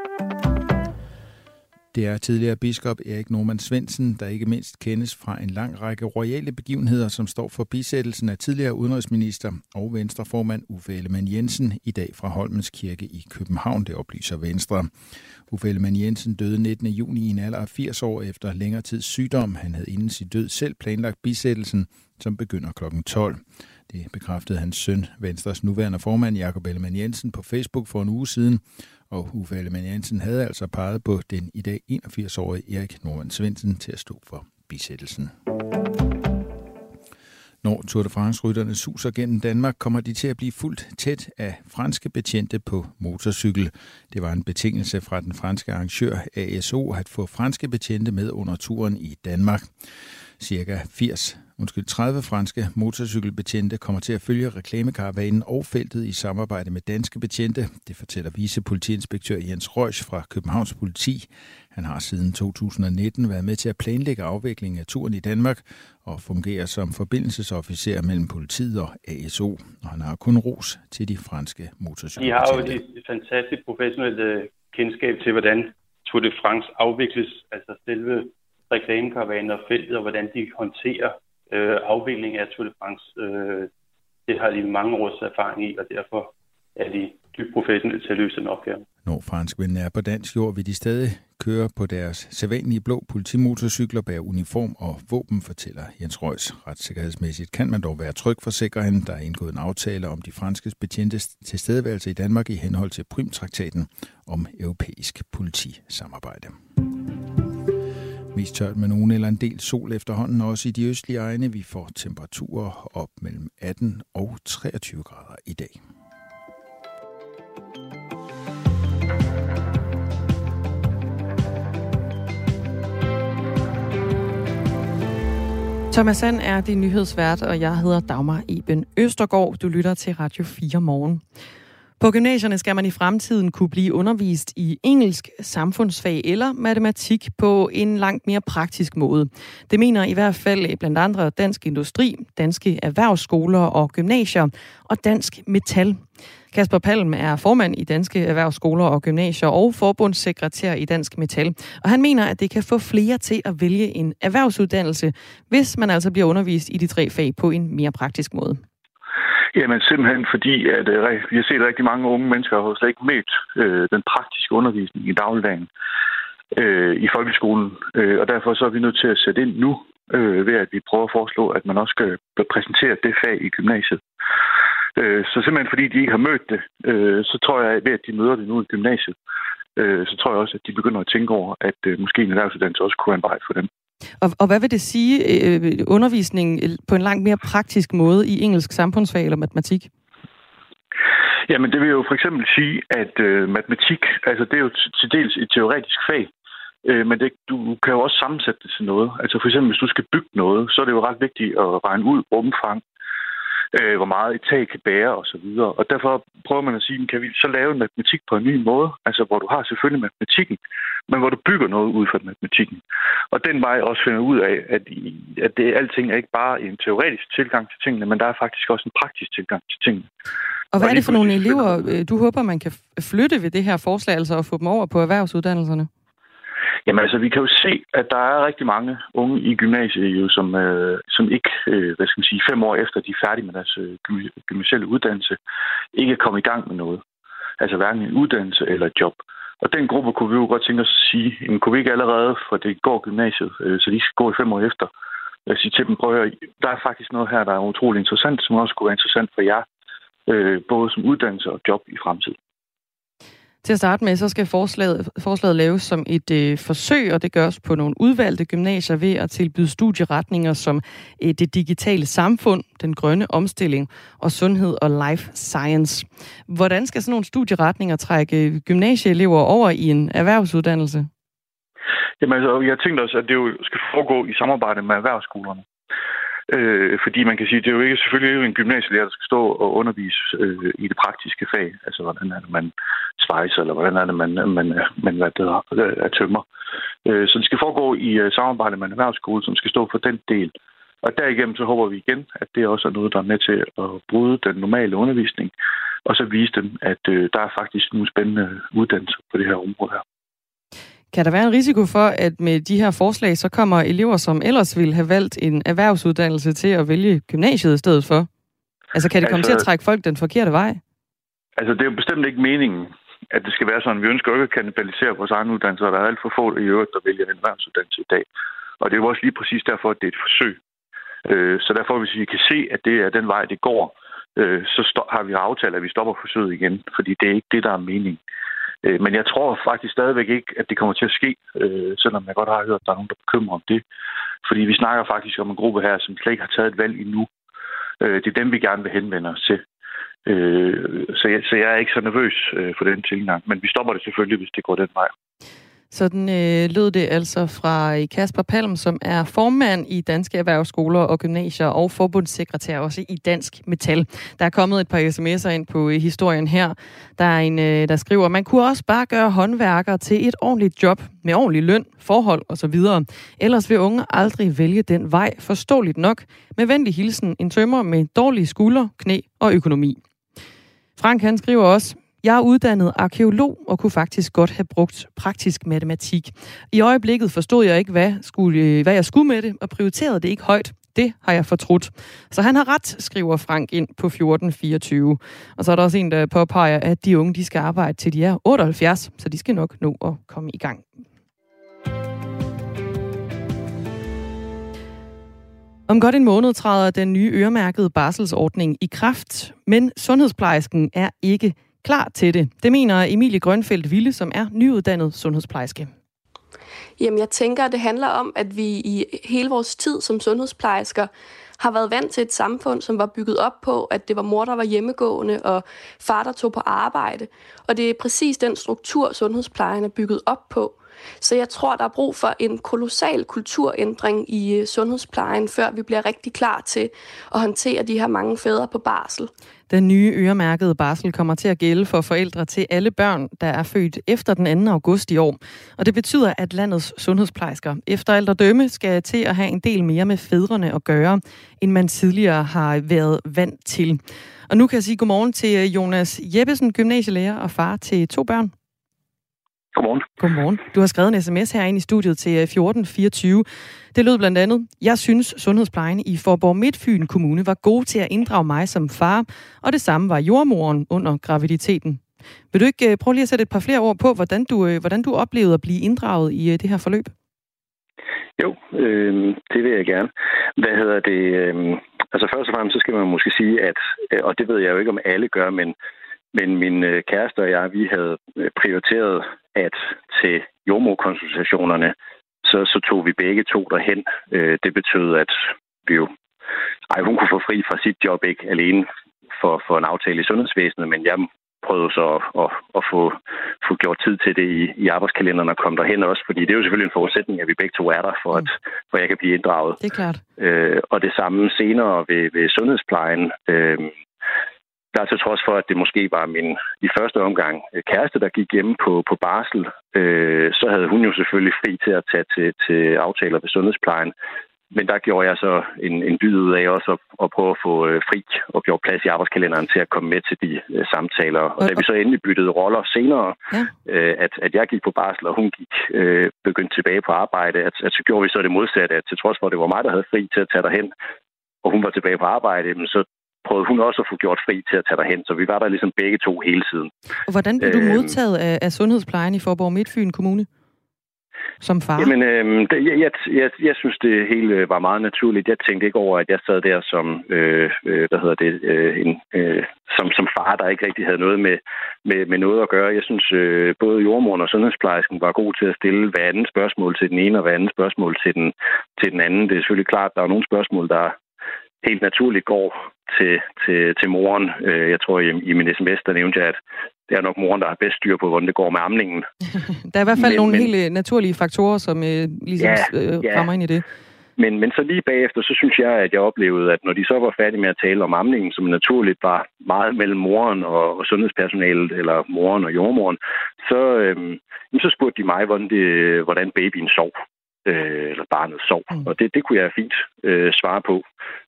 Det er tidligere biskop Erik Normann Svendsen, der ikke mindst kendes fra en lang række royale begivenheder, som står for bisættelsen af tidligere udenrigsminister og venstreformand Uffe Ellemann-Jensen i dag fra Holmens Kirke i København, det oplyser Venstre. Uffe Ellemann-Jensen døde nittende juni i en alder af firs år efter længere tids sygdom. Han havde inden sin død selv planlagt bisættelsen, som begynder klokken tolv. Det bekræftede hans søn, Venstres nuværende formand Jakob Ellemann-Jensen, på Facebook for en uge siden. Og Uffe Ellemann-Jensen havde altså peget på den i dag enogfirs-årige Erik Normann Svendsen til at stå for bisættelsen. Når Tour de France-rytterne suser gennem Danmark, kommer de til at blive fuldt tæt af franske betjente på motorcykel. Det var en betingelse fra den franske arrangør A S O at få franske betjente med under turen i Danmark. Cirka firs, undskyld, tredive franske motorcykelbetjente kommer til at følge reklamekaravanen og feltet i samarbejde med danske betjente. Det fortæller vicepolitiinspektør Jens Røsch fra Københavns Politi. Han har siden to tusind og nitten været med til at planlægge afviklingen af turen i Danmark og fungerer som forbindelsesofficer mellem politiet og A S O. Og han har kun ros til de franske motorcykelbetjente. De har jo et fantastisk professionelt kendskab til, hvordan Tour de France afvikles, altså selve reklamekaravanen og feltet, og hvordan de håndterer øh, afvikling af Tour de France. Øh, det har de mange års erfaring i, og derfor er de dybt professionelle til at løse den opgave. Når franskmændene er på dansk jord, vil de stadig køre på deres sædvanlige blå politimotorcykler, bære uniform og våben, fortæller Jens Røsch. Retssikkerhedsmæssigt kan man dog være tryg, forsikrer han. Der er indgået en aftale om de franske betjentes tilstedeværelse i Danmark i henhold til Prüm-traktaten om europæisk politisamarbejde. Mest tørt med nogen eller en del sol efterhånden, også i de østlige egne. Vi får temperaturer op mellem atten og treogtyve grader i dag. Thomas Sand er din nyhedsvært, og jeg hedder Dagmar Eben Østergaard. Du lytter til Radio fire Morgen. På gymnasierne skal man i fremtiden kunne blive undervist i engelsk, samfundsfag eller matematik på en langt mere praktisk måde. Det mener i hvert fald blandt andre Dansk Industri, Danske Erhvervsskoler og Gymnasier og Dansk Metal. Kasper Palm er formand i Danske Erhvervsskoler og Gymnasier og forbundssekretær i Dansk Metal. Og han mener, at det kan få flere til at vælge en erhvervsuddannelse, hvis man altså bliver undervist i de tre fag på en mere praktisk måde. Jamen simpelthen fordi, at øh, vi har set rigtig mange unge mennesker, der har slet ikke mødt øh, den praktiske undervisning i dagligdagen øh, i folkeskolen. Øh, og derfor så er vi nødt til at sætte ind nu, øh, ved at vi prøver at foreslå, at man også skal præsentere det fag i gymnasiet. Øh, så simpelthen fordi de ikke har mødt det, øh, så tror jeg, at ved at de møder det nu i gymnasiet, øh, så tror jeg også, at de begynder at tænke over, at øh, måske en erhvervsuddannelse også kunne være en vej for dem. Og, og hvad vil det sige, øh, undervisning på en langt mere praktisk måde i engelsk samfundsfag eller matematik? Jamen, det vil jo for eksempel sige, at øh, matematik, altså det er jo til dels et teoretisk fag, øh, men det, du kan jo også sammensætte det til noget. Altså for eksempel, hvis du skal bygge noget, så er det jo ret vigtigt at regne ud omfang, øh, hvor meget et tag kan bære osv. Og derfor prøver man at sige, kan vi så lave en matematik på en ny måde, altså hvor du har selvfølgelig matematikken, men hvor du bygger noget ud fra matematikken. Og den vej også finder ud af, at, at det, alting er ikke bare en teoretisk tilgang til tingene, men der er faktisk også en praktisk tilgang til tingene. Og hvad er det for nogle elever, du håber, man kan flytte ved det her forslag, altså at få dem over på erhvervsuddannelserne? Jamen altså, vi kan jo se, at der er rigtig mange unge i gymnasiet, jo, som, øh, som ikke, øh, hvad skal man sige, fem år efter de er færdige med deres øh, gymnasielle uddannelse, ikke er kommet i gang med noget. Altså hverken en uddannelse eller et job. Og den gruppe kunne vi jo godt tænke os at sige, jamen, kunne vi ikke allerede, for det går gymnasiet, øh, så de skal gå i fem år efter, øh, sige til dem, prøv at høre, der er faktisk noget her, der er utrolig interessant, som også kunne være interessant for jer, øh, både som uddannelse og job i fremtiden. Til at starte med, så skal forslaget, forslaget laves som et øh, forsøg, og det gøres på nogle udvalgte gymnasier ved at tilbyde studieretninger som øh, det digitale samfund, den grønne omstilling og sundhed og life science. Hvordan skal sådan nogle studieretninger trække gymnasieelever over i en erhvervsuddannelse? Jamen altså, jeg tænkte også, at det jo skal foregå i samarbejde med erhvervsskolerne. Øh, fordi man kan sige, det er jo ikke selvfølgelig ikke en gymnasielærer, der skal stå og undervise øh, i det praktiske fag. Altså, hvordan er det, man svejser, eller hvordan er det, man, man, man hvad det er, er tømmer. Øh, så det skal foregå i uh, samarbejde med en erhvervsskole, som skal stå for den del. Og derigennem så håber vi igen, at det også er noget, der er med til at bryde den normale undervisning, og så vise dem, at øh, der er faktisk nogle spændende uddannelser på det her område her. Kan der være en risiko for, at med de her forslag, så kommer elever, som ellers ville have valgt en erhvervsuddannelse til at vælge gymnasiet i stedet for? Altså kan det komme altså, til at trække folk den forkerte vej? Altså det er jo bestemt ikke meningen, at det skal være sådan. Vi ønsker jo ikke at kannibalisere vores egen uddannelse, og der er alt for få i øvrigt, der vælger en erhvervsuddannelse i dag. Og det er jo også lige præcis derfor, at det er et forsøg. Så derfor, hvis vi kan se, at det er den vej, det går, så har vi aftalt, at vi stopper forsøget igen, fordi det er ikke det, der er meningen. Men jeg tror faktisk stadigvæk ikke, at det kommer til at ske, selvom jeg godt har hørt, at der er nogen, der bekymrer om det. Fordi vi snakker faktisk om en gruppe her, som slet ikke har taget et valg endnu. Det er dem, vi gerne vil henvende os til. Så jeg, så jeg er ikke så nervøs for den tilgang, men vi stopper det selvfølgelig, hvis det går den vej. Sådan øh, lød det altså fra Kasper Palm, som er formand i Danske Erhvervsskoler og Gymnasier og forbundssekretær også i Dansk Metal. Der er kommet et par sms'er ind på øh, historien her. Der er en, øh, der skriver, man kunne også bare gøre håndværker til et ordentligt job med ordentlig løn, forhold osv. Ellers vil unge aldrig vælge den vej, forståeligt nok. Med venlig hilsen, en tømrer med dårlige skuldre, knæ og økonomi. Frank han skriver også, jeg er uddannet arkæolog og kunne faktisk godt have brugt praktisk matematik. I øjeblikket forstod jeg ikke, hvad, skulle, hvad jeg skulle med det, og prioriterede det ikke højt. Det har jeg fortrudt. Så han har ret, skriver Frank ind på fjorten fireogtyve. Og så er der også en, der påpeger, at de unge de skal arbejde til de er otteoghalvfjerds, så de skal nok nå at komme i gang. Om godt en måned træder den nye øremærkede barselsordning i kraft, men sundhedsplejersken er ikke klar til det. Det mener Emilie Grønfeldt Ville, som er nyuddannet sundhedsplejerske. Jamen, jeg tænker, at det handler om, at vi i hele vores tid som sundhedsplejersker har været vant til et samfund, som var bygget op på, at det var mor, der var hjemmegående, og far, der tog på arbejde. Og det er præcis den struktur, sundhedsplejen er bygget op på. Så jeg tror, der er brug for en kolossal kulturændring i sundhedsplejen, før vi bliver rigtig klar til at håndtere de her mange fædre på barsel. Den nye øremærkede barsel kommer til at gælde for forældre til alle børn, der er født efter den anden august i år. Og det betyder, at landets sundhedsplejersker efter alt at dømme skal til at have en del mere med fædrene at gøre, end man tidligere har været vant til. Og nu kan jeg sige godmorgen til Jonas Jeppesen, gymnasielærer og far til to børn. Godmorgen. Godmorgen. Du har skrevet en sms herinde i studiet til fjorten fireogtyve. Det lød blandt andet: Jeg synes, sundhedsplejen i Faaborg Midtfyn Kommune var god til at inddrage mig som far, og det samme var jordmoren under graviditeten. Vil du ikke prøve lige at sætte et par flere ord på, hvordan du, hvordan du oplevede at blive inddraget i det her forløb? Jo, øh, det vil jeg gerne. Hvad hedder det? Øh, altså først og fremmest, så skal man måske sige, at, og det ved jeg jo ikke, om alle gør, men, men min kæreste og jeg, vi havde prioriteret, at til jordmorkonsultationerne, så, så tog vi begge to derhen. Øh, det betød, at vi jo... Ej, hun kunne få fri fra sit job, ikke alene for, for en aftale i sundhedsvæsenet, men jeg prøvede så at, at, at få, få gjort tid til det i, i arbejdskalenderen og komme derhen også, fordi det er jo selvfølgelig en forudsætning, at vi begge to er der, for at, for at jeg kan blive inddraget. Det er klart. Øh, og det samme senere ved, ved sundhedsplejen. Øh, der er til trods for, at det måske var min i første omgang kæreste, der gik hjemme på, på barsel, øh, så havde hun jo selvfølgelig fri til at tage til, til aftaler ved sundhedsplejen. Men der gjorde jeg så en, en dyd ud af også at, at prøve at få øh, fri og gjorde plads i arbejdskalenderen til at komme med til de øh, samtaler. Og da vi så endelig byttede roller senere, ja. øh, at, at jeg gik på barsel, og hun gik øh, begyndte tilbage på arbejde, at, at så gjorde vi så det modsatte, at til trods for, at det var mig, der havde fri til at tage derhen, og hun var tilbage på arbejde, men så prøvede hun også at få gjort fri til at tage derhen. Så vi var der ligesom begge to hele tiden. Og hvordan blev du modtaget af, af sundhedsplejen i Faaborg Midtfyn Kommune? Som far? Jamen, øh, det, jeg, jeg, jeg synes, det hele var meget naturligt. Jeg tænkte ikke over, at jeg sad der som, øh, øh, hvad hedder det, øh, en, øh, som, som far, der ikke rigtig havde noget med, med, med noget at gøre. Jeg synes, øh, både jordmoren og sundhedsplejersken var god til at stille hver anden spørgsmål til den ene, og hver anden spørgsmål til den, til den anden. Det er selvfølgelig klart, at der er nogle spørgsmål, der helt naturligt går til, til, til moren. Jeg tror, i, i min sms, der nævnte jeg, at det er nok moren, der har bedst styr på, hvordan det går med amningen. Der er i hvert fald men, nogle men, helt naturlige faktorer, som øh, ligesom ja, øh, ja. rammer ind i det. Men, men så lige bagefter, så synes jeg, at jeg oplevede, at når de så var færdige med at tale om amningen, som naturligt var meget mellem moren og, og sundhedspersonalet, eller moren og jordmoren, så, øh, så spurgte de mig, hvordan, det, hvordan babyen sov. Øh, eller barnet sov. Mm. Og det, det kunne jeg fint øh, svare på.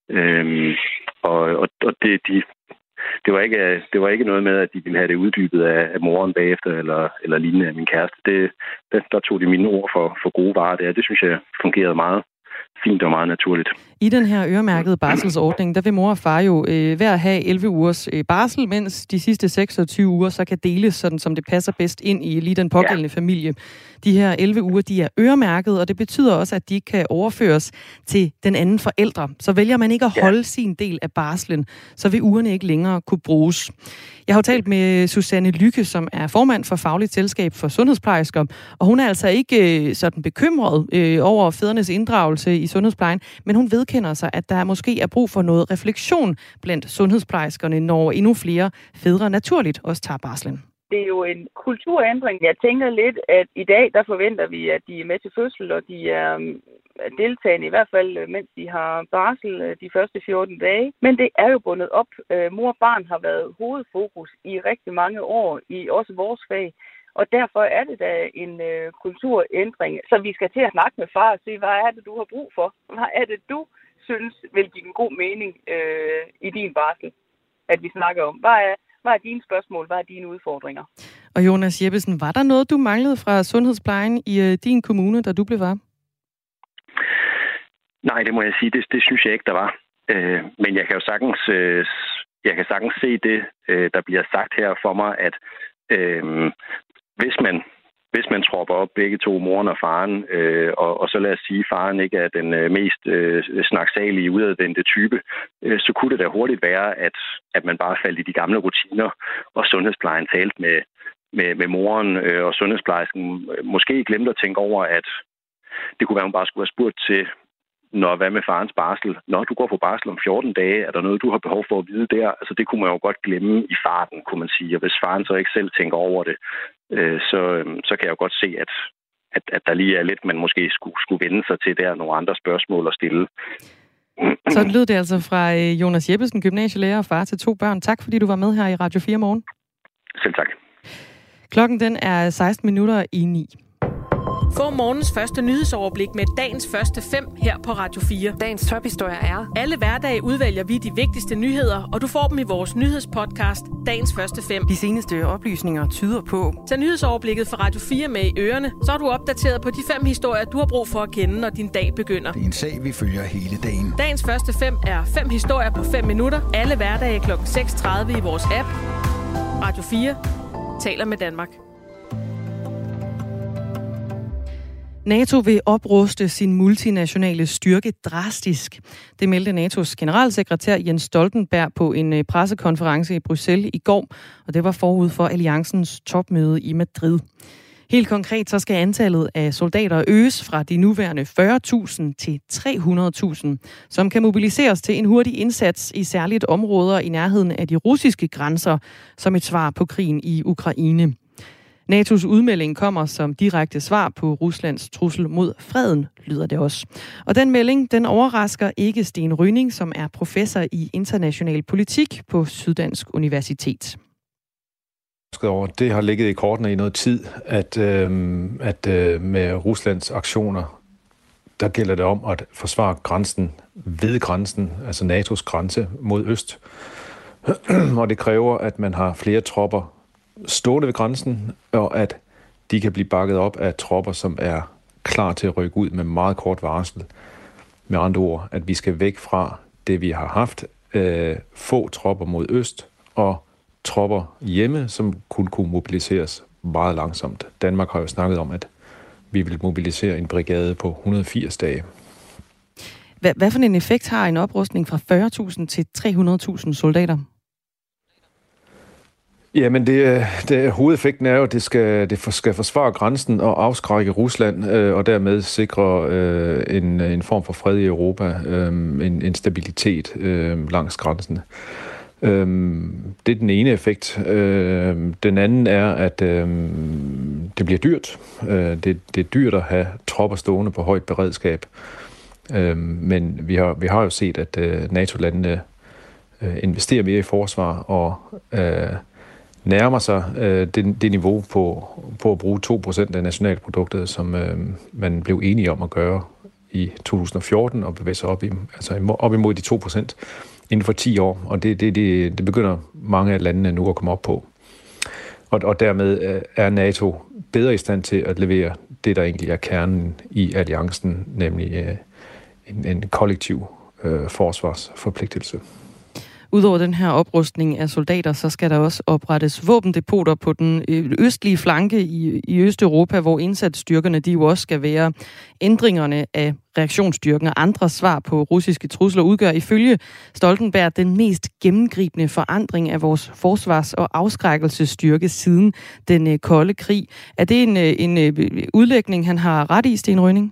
Øhm, og og, og det, de, det, var ikke, det var ikke noget med, at de ville have det uddybet af, af moren bagefter, eller, eller lignende af min kæreste. Det, der, der tog de mine ord for, for gode varer der. Det synes jeg fungerede meget fint og meget naturligt. I den her øremærkede barselsordning, der vil mor og far jo øh, hver have elleve ugers øh, barsel, mens de sidste seksogtyve uger så kan deles, sådan som det passer bedst ind i lige den pågældende ja. familie. De her elleve uger, de er øremærket, og det betyder også, at de kan overføres til den anden forældre. Så vælger man ikke at holde ja. sin del af barslen, så vil ugerne ikke længere kunne bruges. Jeg har jo talt med Susanne Lykke, som er formand for Fagligt Selskab for Sundhedsplejersker, og hun er altså ikke øh, sådan bekymret øh, over fædrenes inddragelse i sundhedsplejen, men hun vedkender sig, at der måske er brug for noget refleksion blandt sundhedsplejerskerne, når endnu flere fædre naturligt også tager barslen. Det er jo en kulturændring. Jeg tænker lidt, at i dag, der forventer vi, at de er med til fødsel, og de er deltagende, i hvert fald mens de har barsel de første fjorten dage. Men det er jo bundet op. Mor og barn har været hovedfokus i rigtig mange år, i også vores fag. Og derfor er det da en øh, kulturændring. Så vi skal til at snakke med far og se, hvad er det, du har brug for? Hvad er det, du synes vil give en god mening øh, i din barsel, at vi snakker om? Hvad er Hvad er dine spørgsmål? Hvad er dine udfordringer? Og Jonas Jeppesen, var der noget, du manglede fra sundhedsplejen i øh, din kommune, da du blev var? Nej, det må jeg sige. Det, det synes jeg ikke, der var. Øh, men jeg kan jo sagtens, øh, jeg kan sagtens se det, øh, der bliver sagt her for mig, at øh, hvis man Hvis man tropper op begge to, moren og faren, øh, og, og så lad os sige, at faren ikke er den øh, mest øh, snaksalige, udadvendte type, øh, så kunne det da hurtigt være, at, at man bare faldt i de gamle rutiner, og sundhedsplejen talte med, med, med moren øh, og sundhedsplejersken. Måske glemte at tænke over, at det kunne være, at hun bare skulle have spurgt til, når hvad med farens barsel? Når du går på barsel om fjorten dage, er der noget, du har behov for at vide der? Altså det kunne man jo godt glemme i farten, kunne man sige. Og hvis faren så ikke selv tænker over det, øh, så, så kan jeg jo godt se, at, at, at der lige er lidt, man måske skulle, skulle vende sig til der, nogle andre spørgsmål at stille. Så lød det altså fra Jonas Jeppesen, gymnasielærer og far til to børn. Tak fordi du var med her i Radio fire Morgen. Selv tak. Klokken den er seksten minutter i ni. Få morgens første nyhedsoverblik med dagens første fem her på Radio fire. Dagens tophistorier er... Alle hverdage udvælger vi de vigtigste nyheder, og du får dem i vores nyhedspodcast, Dagens første fem. De seneste oplysninger tyder på... Tag nyhedsoverblikket fra Radio fire med i ørerne, så er du opdateret på de fem historier, du har brug for at kende, når din dag begynder. Det er en sag, vi følger hele dagen. Dagens første fem er fem historier på fem minutter. Alle hverdage klokken seks tredive i vores app. Radio fire taler med Danmark. NATO vil opruste sin multinationale styrke drastisk. Det meldte N A T O's generalsekretær Jens Stoltenberg på en pressekonference i Bruxelles i går, og det var forud for alliancens topmøde i Madrid. Helt konkret så skal antallet af soldater øges fra de nuværende fyrre tusind til tre hundrede tusind, som kan mobiliseres til en hurtig indsats i særligt områder i nærheden af de russiske grænser, som et svar på krigen i Ukraine. NATO's udmelding kommer som direkte svar på Ruslands trussel mod freden, lyder det også. Og den melding, den overrasker ikke Sten Rønning, som er professor i international politik på Syddansk Universitet. Det har ligget i kortene i noget tid, at, øh, at øh, med Ruslands aktioner, der gælder det om at forsvare grænsen ved grænsen, altså NATO's grænse mod øst. Og det kræver, at man har flere tropper stående ved grænsen, og at de kan blive bakket op af tropper, som er klar til at rykke ud med meget kort varsel. Med andre ord, at vi skal væk fra det, vi har haft, øh, få tropper mod øst, og tropper hjemme, som kun kunne mobiliseres meget langsomt. Danmark har jo snakket om, at vi vil mobilisere en brigade på et hundrede og firs dage. Hvad, hvad for en effekt har en oprustning fra fyrre tusind til tre hundrede tusind soldater? Jamen, det, det, hovedeffekten er jo, at det skal, det skal forsvare grænsen og afskrække Rusland, øh, og dermed sikre øh, en, en form for fred i Europa, øh, en, en stabilitet øh, langs grænsen. Øh, det er den ene effekt. Øh, den anden er, at øh, det bliver dyrt. Øh, det, det er dyrt at have tropper stående på højt beredskab. Øh, men vi har, vi har jo set, at øh, NATO-landene øh, investerer mere i forsvar og øh, nærmer sig øh, det, det niveau på, på at bruge to procent af nationalproduktet, som øh, man blev enige om at gøre i to tusind og fjorten, og bevæge sig op, i, altså op imod de to procent inden for ti år. Og det, det, det, det begynder mange af landene nu at komme op på. Og, og dermed øh, er NATO bedre i stand til at levere det, der egentlig er kernen i alliancen, nemlig øh, en, en kollektiv øh, forsvarsforpligtelse. Udover den her oprustning af soldater, så skal der også oprettes våbendepoter på den østlige flanke i, i Østeuropa, hvor indsatsstyrkerne de jo også skal være. Ændringerne af reaktionsstyrken og andre svar på russiske trusler udgør ifølge Stoltenberg den mest gennemgribende forandring af vores forsvars- og afskrækkelsesstyrke siden den kolde krig. Er det en, en udlægning, han har ret i, Sten Rønning?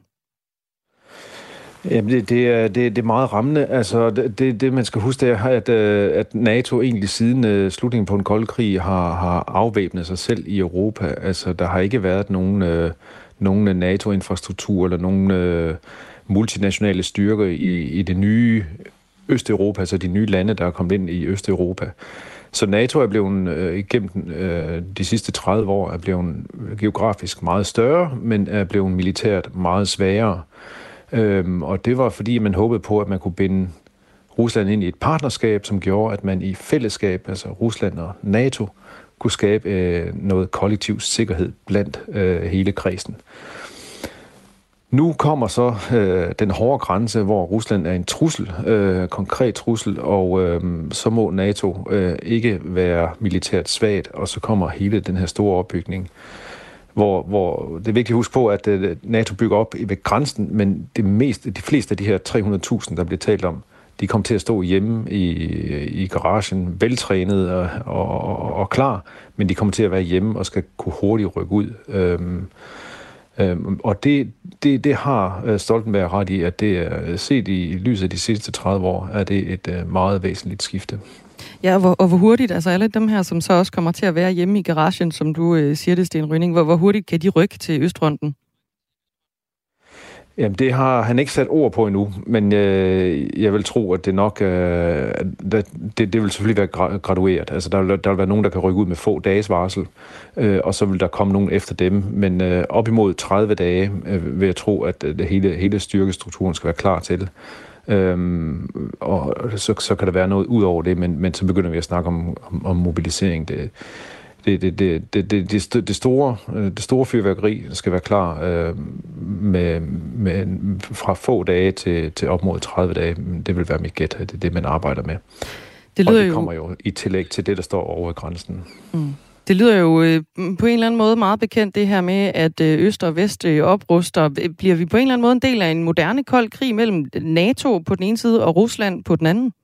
Jamen, det, det, er, det, det er meget rammende. Altså, det, det, man skal huske, er, at, at NATO egentlig siden uh, slutningen på en kold krig har, har afvæbnet sig selv i Europa. Altså, der har ikke været nogen, uh, nogen NATO-infrastruktur eller nogen uh, multinationale styrker i, i det nye Østeuropa, altså de nye lande, der er kommet ind i Østeuropa. Så NATO er blevet uh, igennem uh, de sidste tredive år er blevet geografisk meget større, men er blevet militært meget svagere. Øhm, og det var fordi, man håbede på, at man kunne binde Rusland ind i et partnerskab, som gjorde, at man i fællesskab, altså Rusland og NATO, kunne skabe øh, noget kollektiv sikkerhed blandt øh, hele kredsen. Nu kommer så øh, den hårde grænse, hvor Rusland er en trussel, øh, konkret trussel, og øh, så må NATO øh, ikke være militært svagt, og så kommer hele den her store opbygning. Hvor, hvor det er vigtigt at huske på, at NATO bygger op ved grænsen, men det meste, de fleste af de her tre hundrede tusind, der bliver talt om, de kommer til at stå hjemme i, i garagen, veltrænet og, og, og, og klar, men de kommer til at være hjemme og skal kunne hurtigt rykke ud. Øhm, øhm, og det, det, det har Stoltenberg ret i, at det er set i lyset af de sidste tredive år, er det et meget væsentligt skifte. Ja, og hvor, og hvor hurtigt, altså alle dem her, som så også kommer til at være hjemme i garagen, som du øh, siger det, Sten Rønning, hvor, hvor hurtigt kan de rykke til Østfronten? Jamen, det har han ikke sat ord på endnu, men øh, jeg vil tro, at det nok øh, det, det vil selvfølgelig være gradueret. Altså, der vil, der vil være nogen, der kan rykke ud med få dages varsel, øh, og så vil der komme nogen efter dem. Men øh, op imod tredive dage øh, vil jeg tro, at det hele, hele styrkestrukturen skal være klar til det. Øhm, og så, så kan der være noget ud over det, men, men så begynder vi at snakke om, om, om mobilisering. Det, det, det, det, det, det, det, store, det store fyrværkeri skal være klar øh, med, med, fra få dage til, til op mod tredive dage. Det vil være mit gæt. Det er det, man arbejder med. Det og det kommer jo... jo i tillæg til det, der står over grænsen. Mm. Det lyder jo øh, på en eller anden måde meget bekendt, det her med, at øh, Øst og Vest øh, opruster. Bliver vi på en eller anden måde en del af en moderne kold krig mellem NATO på den ene side og Rusland på den anden?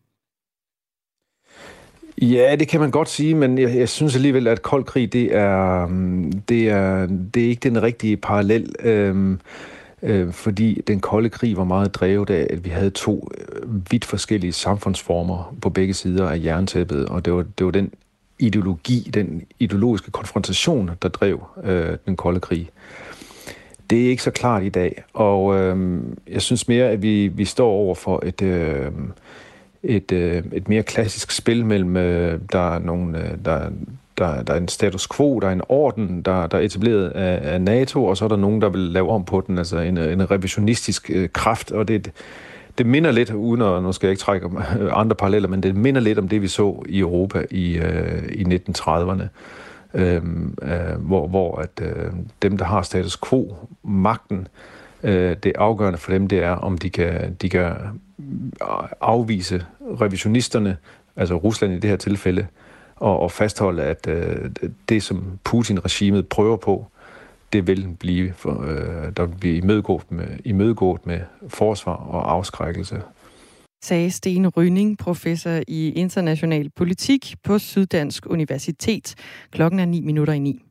Ja, det kan man godt sige, men jeg, jeg synes alligevel, at kold krig, det er, det er, det er ikke den rigtige parallel, øh, øh, fordi den kolde krig var meget drevet af, at vi havde to vidt forskellige samfundsformer på begge sider af jerntæppet, og det var, det var den ideologi, den ideologiske konfrontation, der drev øh, den kolde krig. Det er ikke så klart i dag, og øh, jeg synes mere, at vi, vi står over for et, øh, et, øh, et mere klassisk spil mellem, øh, der er nogle, øh, der, der, der er en status quo, der er en orden, der, der er etableret af, af NATO, og så er der nogen, der vil lave om på den, altså en, en revisionistisk øh, kraft, og det Det minder lidt, uden at, nu skal jeg ikke trække andre paralleller, men det minder lidt om det, vi så i Europa i, øh, i nitten trediverne, øh, øh, hvor, hvor at, øh, dem, der har status quo, magten, øh, det afgørende for dem, det er, om de kan, de kan afvise revisionisterne, altså Rusland i det her tilfælde, og, og fastholde, at øh, det, som Putin-regimet prøver på, det vil blive, øh, der vil blive imødegået med, imødegået med forsvar og afskrækkelse. Sagde Stine Rønning, professor i international politik på Syddansk Universitet. Klokken er ni minutter i ni.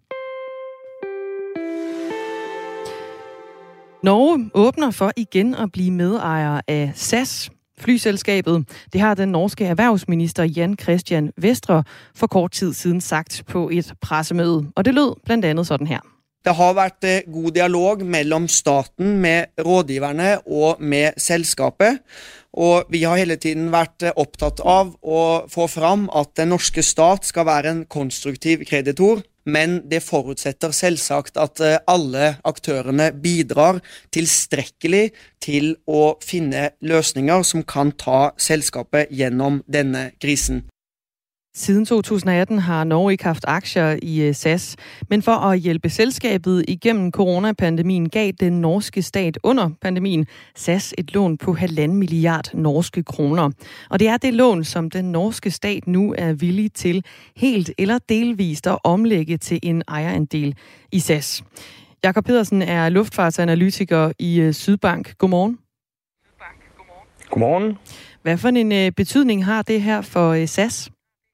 Norge åbner for igen at blive medejer af S A S. Flyselskabet. Det har den norske erhvervsminister Jan Christian Vestre for kort tid siden sagt på et pressemøde. Og det lød blandt andet sådan her. Det har vært god dialog mellem staten med rådgiverne og med selskapet, og vi har hele tiden vært opptatt av å få fram at den norske stat skal være en konstruktiv kreditor, men det forutsetter selvsagt at alle aktørene bidrar tilstrekkelig til å finne løsninger som kan ta selskapet gjennom denne krisen. Siden to tusind atten har Norge ikke haft aktier i S A S, men for at hjælpe selskabet igennem coronapandemien gav den norske stat under pandemien S A S et lån på halvanden milliard norske kroner. Og det er det lån, som den norske stat nu er villig til helt eller delvist at omlægge til en ejerandel i S A S. Jakob Pedersen er luftfartsanalytiker i Sydbank. Godmorgen. Godmorgen. Hvad for en betydning har det her for S A S?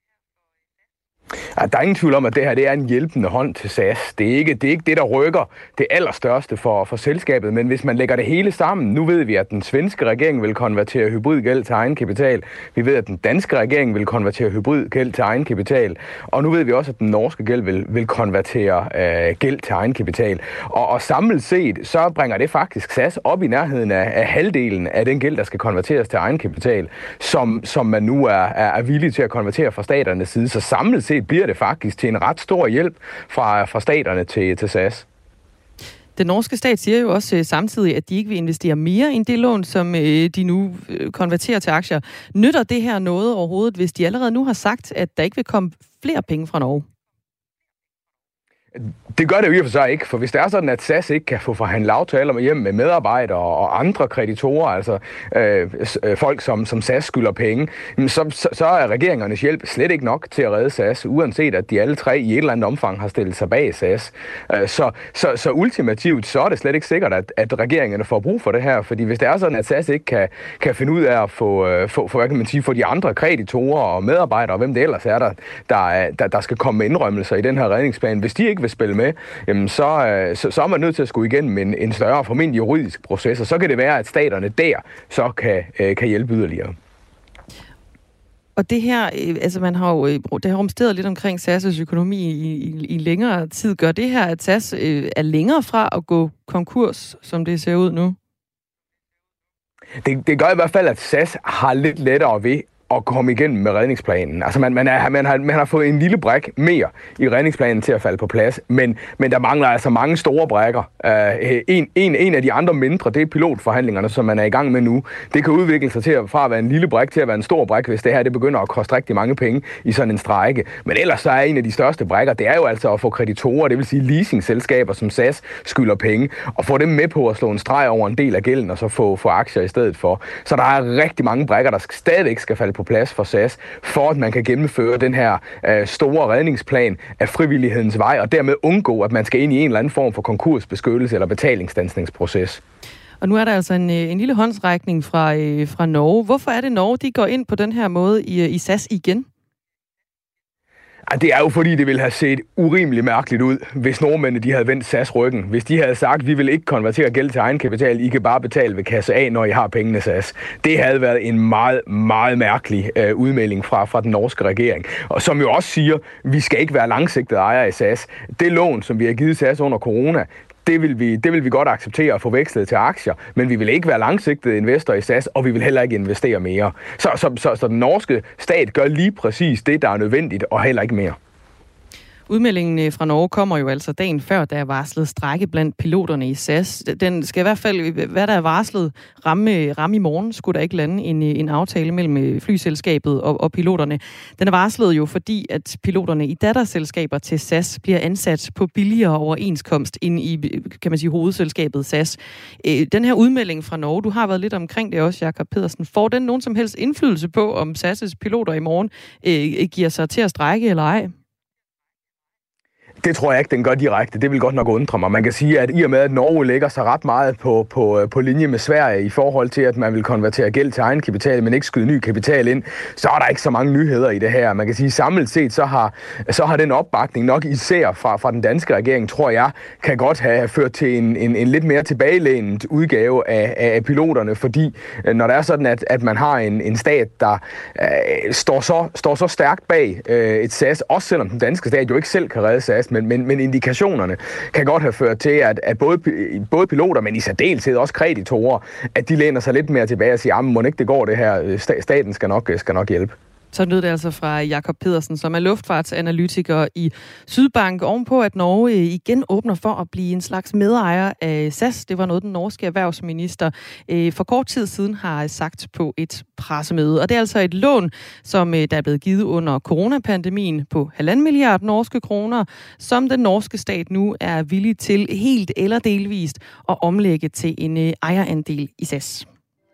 Ja, der er ingen tvivl om, at det her det er en hjælpende hånd til S A S. Det er ikke det, er ikke det der rykker det allerstørste for, for selskabet, men hvis man lægger det hele sammen, nu ved vi, at den svenske regering vil konvertere hybridgæld til egenkapital. Vi ved, at den danske regering vil konvertere hybridgæld til egenkapital. Og nu ved vi også, at den norske gæld vil, vil konvertere øh, gæld til egenkapital. Og, og samlet set, så bringer det faktisk S A S op i nærheden af, af halvdelen af den gæld, der skal konverteres til egenkapital, som, som man nu er, er, er villig til at konvertere fra staternes side. Så samlet set bliver det faktisk til en ret stor hjælp fra, fra staterne til, til S A S. Den norske stat siger jo også øh, samtidig, at de ikke vil investere mere end det lån, som øh, de nu øh, konverterer til aktier. Nytter det her noget overhovedet, hvis de allerede nu har sagt, at der ikke vil komme flere penge fra Norge? Det gør det jo i og for sig ikke, for hvis det er sådan, at S A S ikke kan få forhandlet aftaler med hjem med medarbejdere og andre kreditorer, altså øh, folk, som, som S A S skylder penge, så, så, så er regeringernes hjælp slet ikke nok til at redde S A S, uanset at de alle tre i et eller andet omfang har stillet sig bag S A S. Øh, så, så, så ultimativt, så er det slet ikke sikkert, at, at regeringerne får brug for det her, fordi hvis det er sådan, at S A S ikke kan, kan finde ud af at få, øh, få, for, hvad kan man sige, få de andre kreditorer og medarbejdere, og hvem det ellers er, der, der, der, der skal komme med indrømmelser i den her redningsplan, hvis de ikke vil spille med, jamen så, så, så er man nødt til at skulle igennem en, en større formentlig juridisk proces, og så kan det være, at staterne der så kan, kan hjælpe yderligere. Og det her, altså man har jo det har rumsteret lidt omkring S A S' økonomi i, i, i længere tid. Gør det her, at S A S øh, er længere fra at gå konkurs, som det ser ud nu? Det, det gør i hvert fald, at S A S har lidt lettere ved at komme igennem med redningsplanen. Altså man, man, er, man, har, man har fået en lille brik mere i redningsplanen til at falde på plads, men, men der mangler altså mange store brækker. Uh, en, en, en af de andre mindre, det er pilotforhandlingerne, som man er i gang med nu. Det kan udvikle sig til at, fra at være en lille brik til at være en stor brik, hvis det her det begynder at koste rigtig mange penge i sådan en strejke. Men ellers så er en af de største brækker, det er jo altså at få kreditorer, det vil sige leasingselskaber som S A S skylder penge, og få dem med på at slå en streg over en del af gælden, og så få, få aktier i stedet for. Så der er rigtig mange brækker, der stadigvæk skal falde på plads for S A S, for at man kan gennemføre den her øh, store redningsplan af frivillighedens vej, og dermed undgå, at man skal ind i en eller anden form for konkursbeskyttelse eller betalingsstandsningsproces. Og nu er der altså en, en lille håndsrækning fra, øh, fra Norge. Hvorfor er det Norge, de går ind på den her måde i, i S A S igen? Det er jo fordi, det ville have set urimeligt mærkeligt ud, hvis nordmændene de havde vendt S A S ryggen. Hvis de havde sagt, vi vil ikke konvertere gæld til egenkapital, I kan bare betale ved kasse A, når I har pengene, S A S. Det havde været en meget, meget mærkelig øh, udmelding fra, fra den norske regering. Og som jo også siger, vi skal ikke være langsigtede ejere i S A S. Det lån, som vi har givet S A S under corona, Det vil, vi, det vil vi godt acceptere at få vekslet til aktier, men vi vil ikke være langsigtede investor i S A S, og vi vil heller ikke investere mere. Så, så, så, så den norske stat gør lige præcis det, der er nødvendigt, og heller ikke mere. Udmeldingen fra Norge kommer jo altså dagen før, der er varslet strejke blandt piloterne i S A S. Den skal i hvert fald, hvad der er varslet, ramme, ramme i morgen, skulle der ikke lande en, en aftale mellem flyselskabet og, og piloterne. Den er varslet jo, fordi at piloterne i datterselskaber til S A S bliver ansat på billigere overenskomst end i, kan man sige, hovedselskabet S A S. Den her udmelding fra Norge, du har været lidt omkring det også, Jakob Pedersen. Får den nogen som helst indflydelse på, om S A S' piloter i morgen øh, giver sig til at strejke eller ej? Det tror jeg ikke, den gør direkte. Det vil godt nok undre mig. Man kan sige, at i og med, at Norge lægger sig ret meget på, på, på linje med Sverige i forhold til, at man vil konvertere gæld til egenkapital, men ikke skyde ny kapital ind, så er der ikke så mange nyheder i det her. Man kan sige, at samlet set, så har, så har den opbakning nok især fra, fra den danske regering, tror jeg, kan godt have ført til en, en, en lidt mere tilbagelænet udgave af, af piloterne, fordi når det er sådan, at, at man har en, en stat, der øh, står, så, står så stærkt bag øh, et S A S, også selvom den danske stat jo ikke selv kan redde S A S, Men, men, men indikationerne kan godt have ført til, at, at både, både piloter, men i særdeleshed også kreditorer, at de læner sig lidt mere tilbage og siger, jamen må ikke det går det her, staten skal nok, skal nok hjælpe. Så lød det altså fra Jakob Pedersen, som er luftfartsanalytiker i Sydbank, ovenpå at Norge igen åbner for at blive en slags medejer af S A S. Det var noget, den norske erhvervsminister for kort tid siden har sagt på et pressemøde. Og det er altså et lån, som der er blevet givet under coronapandemien på halvanden milliard norske kroner, som den norske stat nu er villig til helt eller delvist at omlægge til en ejerandel i S A S.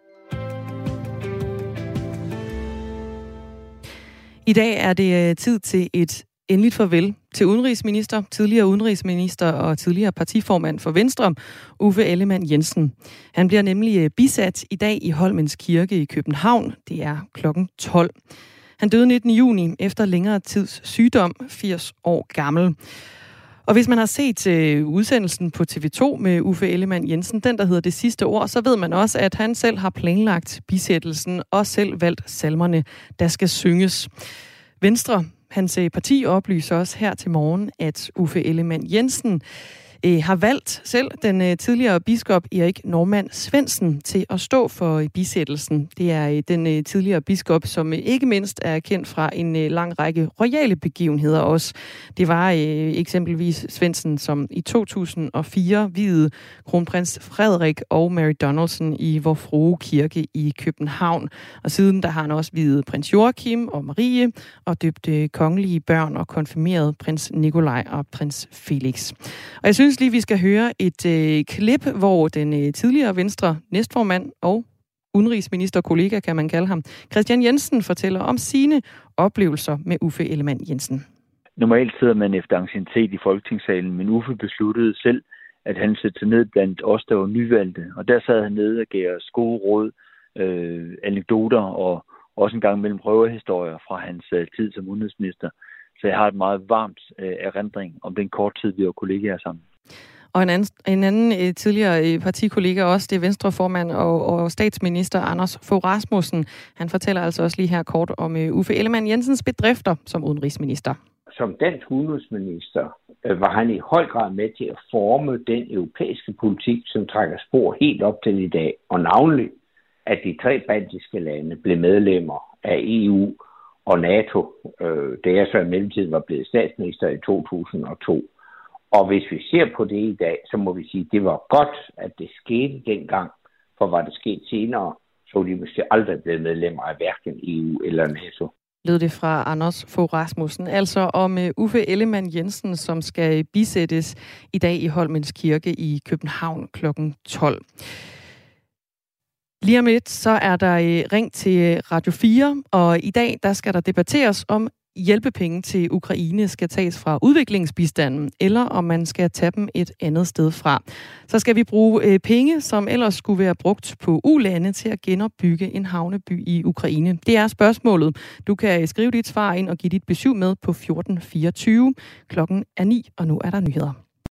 I dag er det tid til et endeligt farvel til udenrigsminister, tidligere udenrigsminister og tidligere partiformand for Venstre, Uffe Ellemann-Jensen. Han bliver nemlig bisat i dag i Holmens Kirke i København. Det er klokken tolv. Han døde nittende juni efter længere tids sygdom, firs år gammel. Og hvis man har set øh, udsendelsen på T V to med Uffe Ellemann-Jensen, den der hedder Det Sidste Ord, så ved man også, at han selv har planlagt bisættelsen og selv valgt salmerne, der skal synges. Venstre, hans parti, oplyser også her til morgen, at Uffe Ellemann-Jensen øh, har valgt selv den øh, tidligere biskop Erik Normann Svendsen til at stå for øh, bisættelsen. Det er øh, den øh, tidligere biskop, som øh, ikke mindst er kendt fra en øh, lang række royale begivenheder også. Det var øh, eksempelvis Svendsen, som i to tusind og fire viede kronprins Frederik og Mary Donaldson i Vor Frue Kirke i København. Og siden der har han også viet prins Joachim og Marie og døbt øh, kongelige børn og konfirmeret prins Nikolaj og prins Felix. Og jeg synes lige, vi skal høre et øh, klip, hvor den øh, tidligere Venstre næstformand og udenrigsminister-kollega, kan man kalde ham, Kristian Jensen, fortæller om sine oplevelser med Uffe Ellemann-Jensen. Normalt sidder man efter anciennitet i Folketingssalen, men Uffe besluttede selv, at han sætte sig ned blandt os, der var nyvalgte. Og der sad han nede og gav os gode råd, øh, anekdoter og også en gang mellem prøvehistorier fra hans øh, tid som udenrigsminister. Så jeg har et meget varmt øh, erindring om den kort tid, vi var kollegaer sammen. Og en anden, en anden øh, tidligere øh, partikollega også, det er Venstreformand og, og statsminister Anders Fogh Rasmussen. Han fortæller altså også lige her kort om øh, Uffe Ellemann-Jensens bedrifter som udenrigsminister. Som dansk udenrigsminister øh, var han i høj grad med til at forme den europæiske politik, som trækker spor helt op til i dag. Og navnlig at de tre baltiske lande blev medlemmer af E U og NATO, øh, da jeg så i mellemtiden var blevet statsminister i to tusind og to. Og hvis vi ser på det i dag, så må vi sige, at det var godt, at det skete dengang, for var det sket senere, så var de måske aldrig blevet medlemmer af hverken E U eller NATO. Lød det fra Anders Fogh Rasmussen, altså om uh, Uffe Ellemann-Jensen, som skal bisættes i dag i Holmens Kirke i København klokken tolv. Lige om lidt, så er der uh, ring til Radio fire, og i dag der skal der debatteres om hjælpepenge til Ukraine skal tages fra udviklingsbistanden, eller om man skal tage dem et andet sted fra. Så skal vi bruge øh, penge, som ellers skulle være brugt på U-lande, til at genopbygge en havneby i Ukraine. Det er spørgsmålet. Du kan skrive dit svar ind og give dit besøg med på fjorten fireogtyve. Klokken er ni, og nu er der nyheder.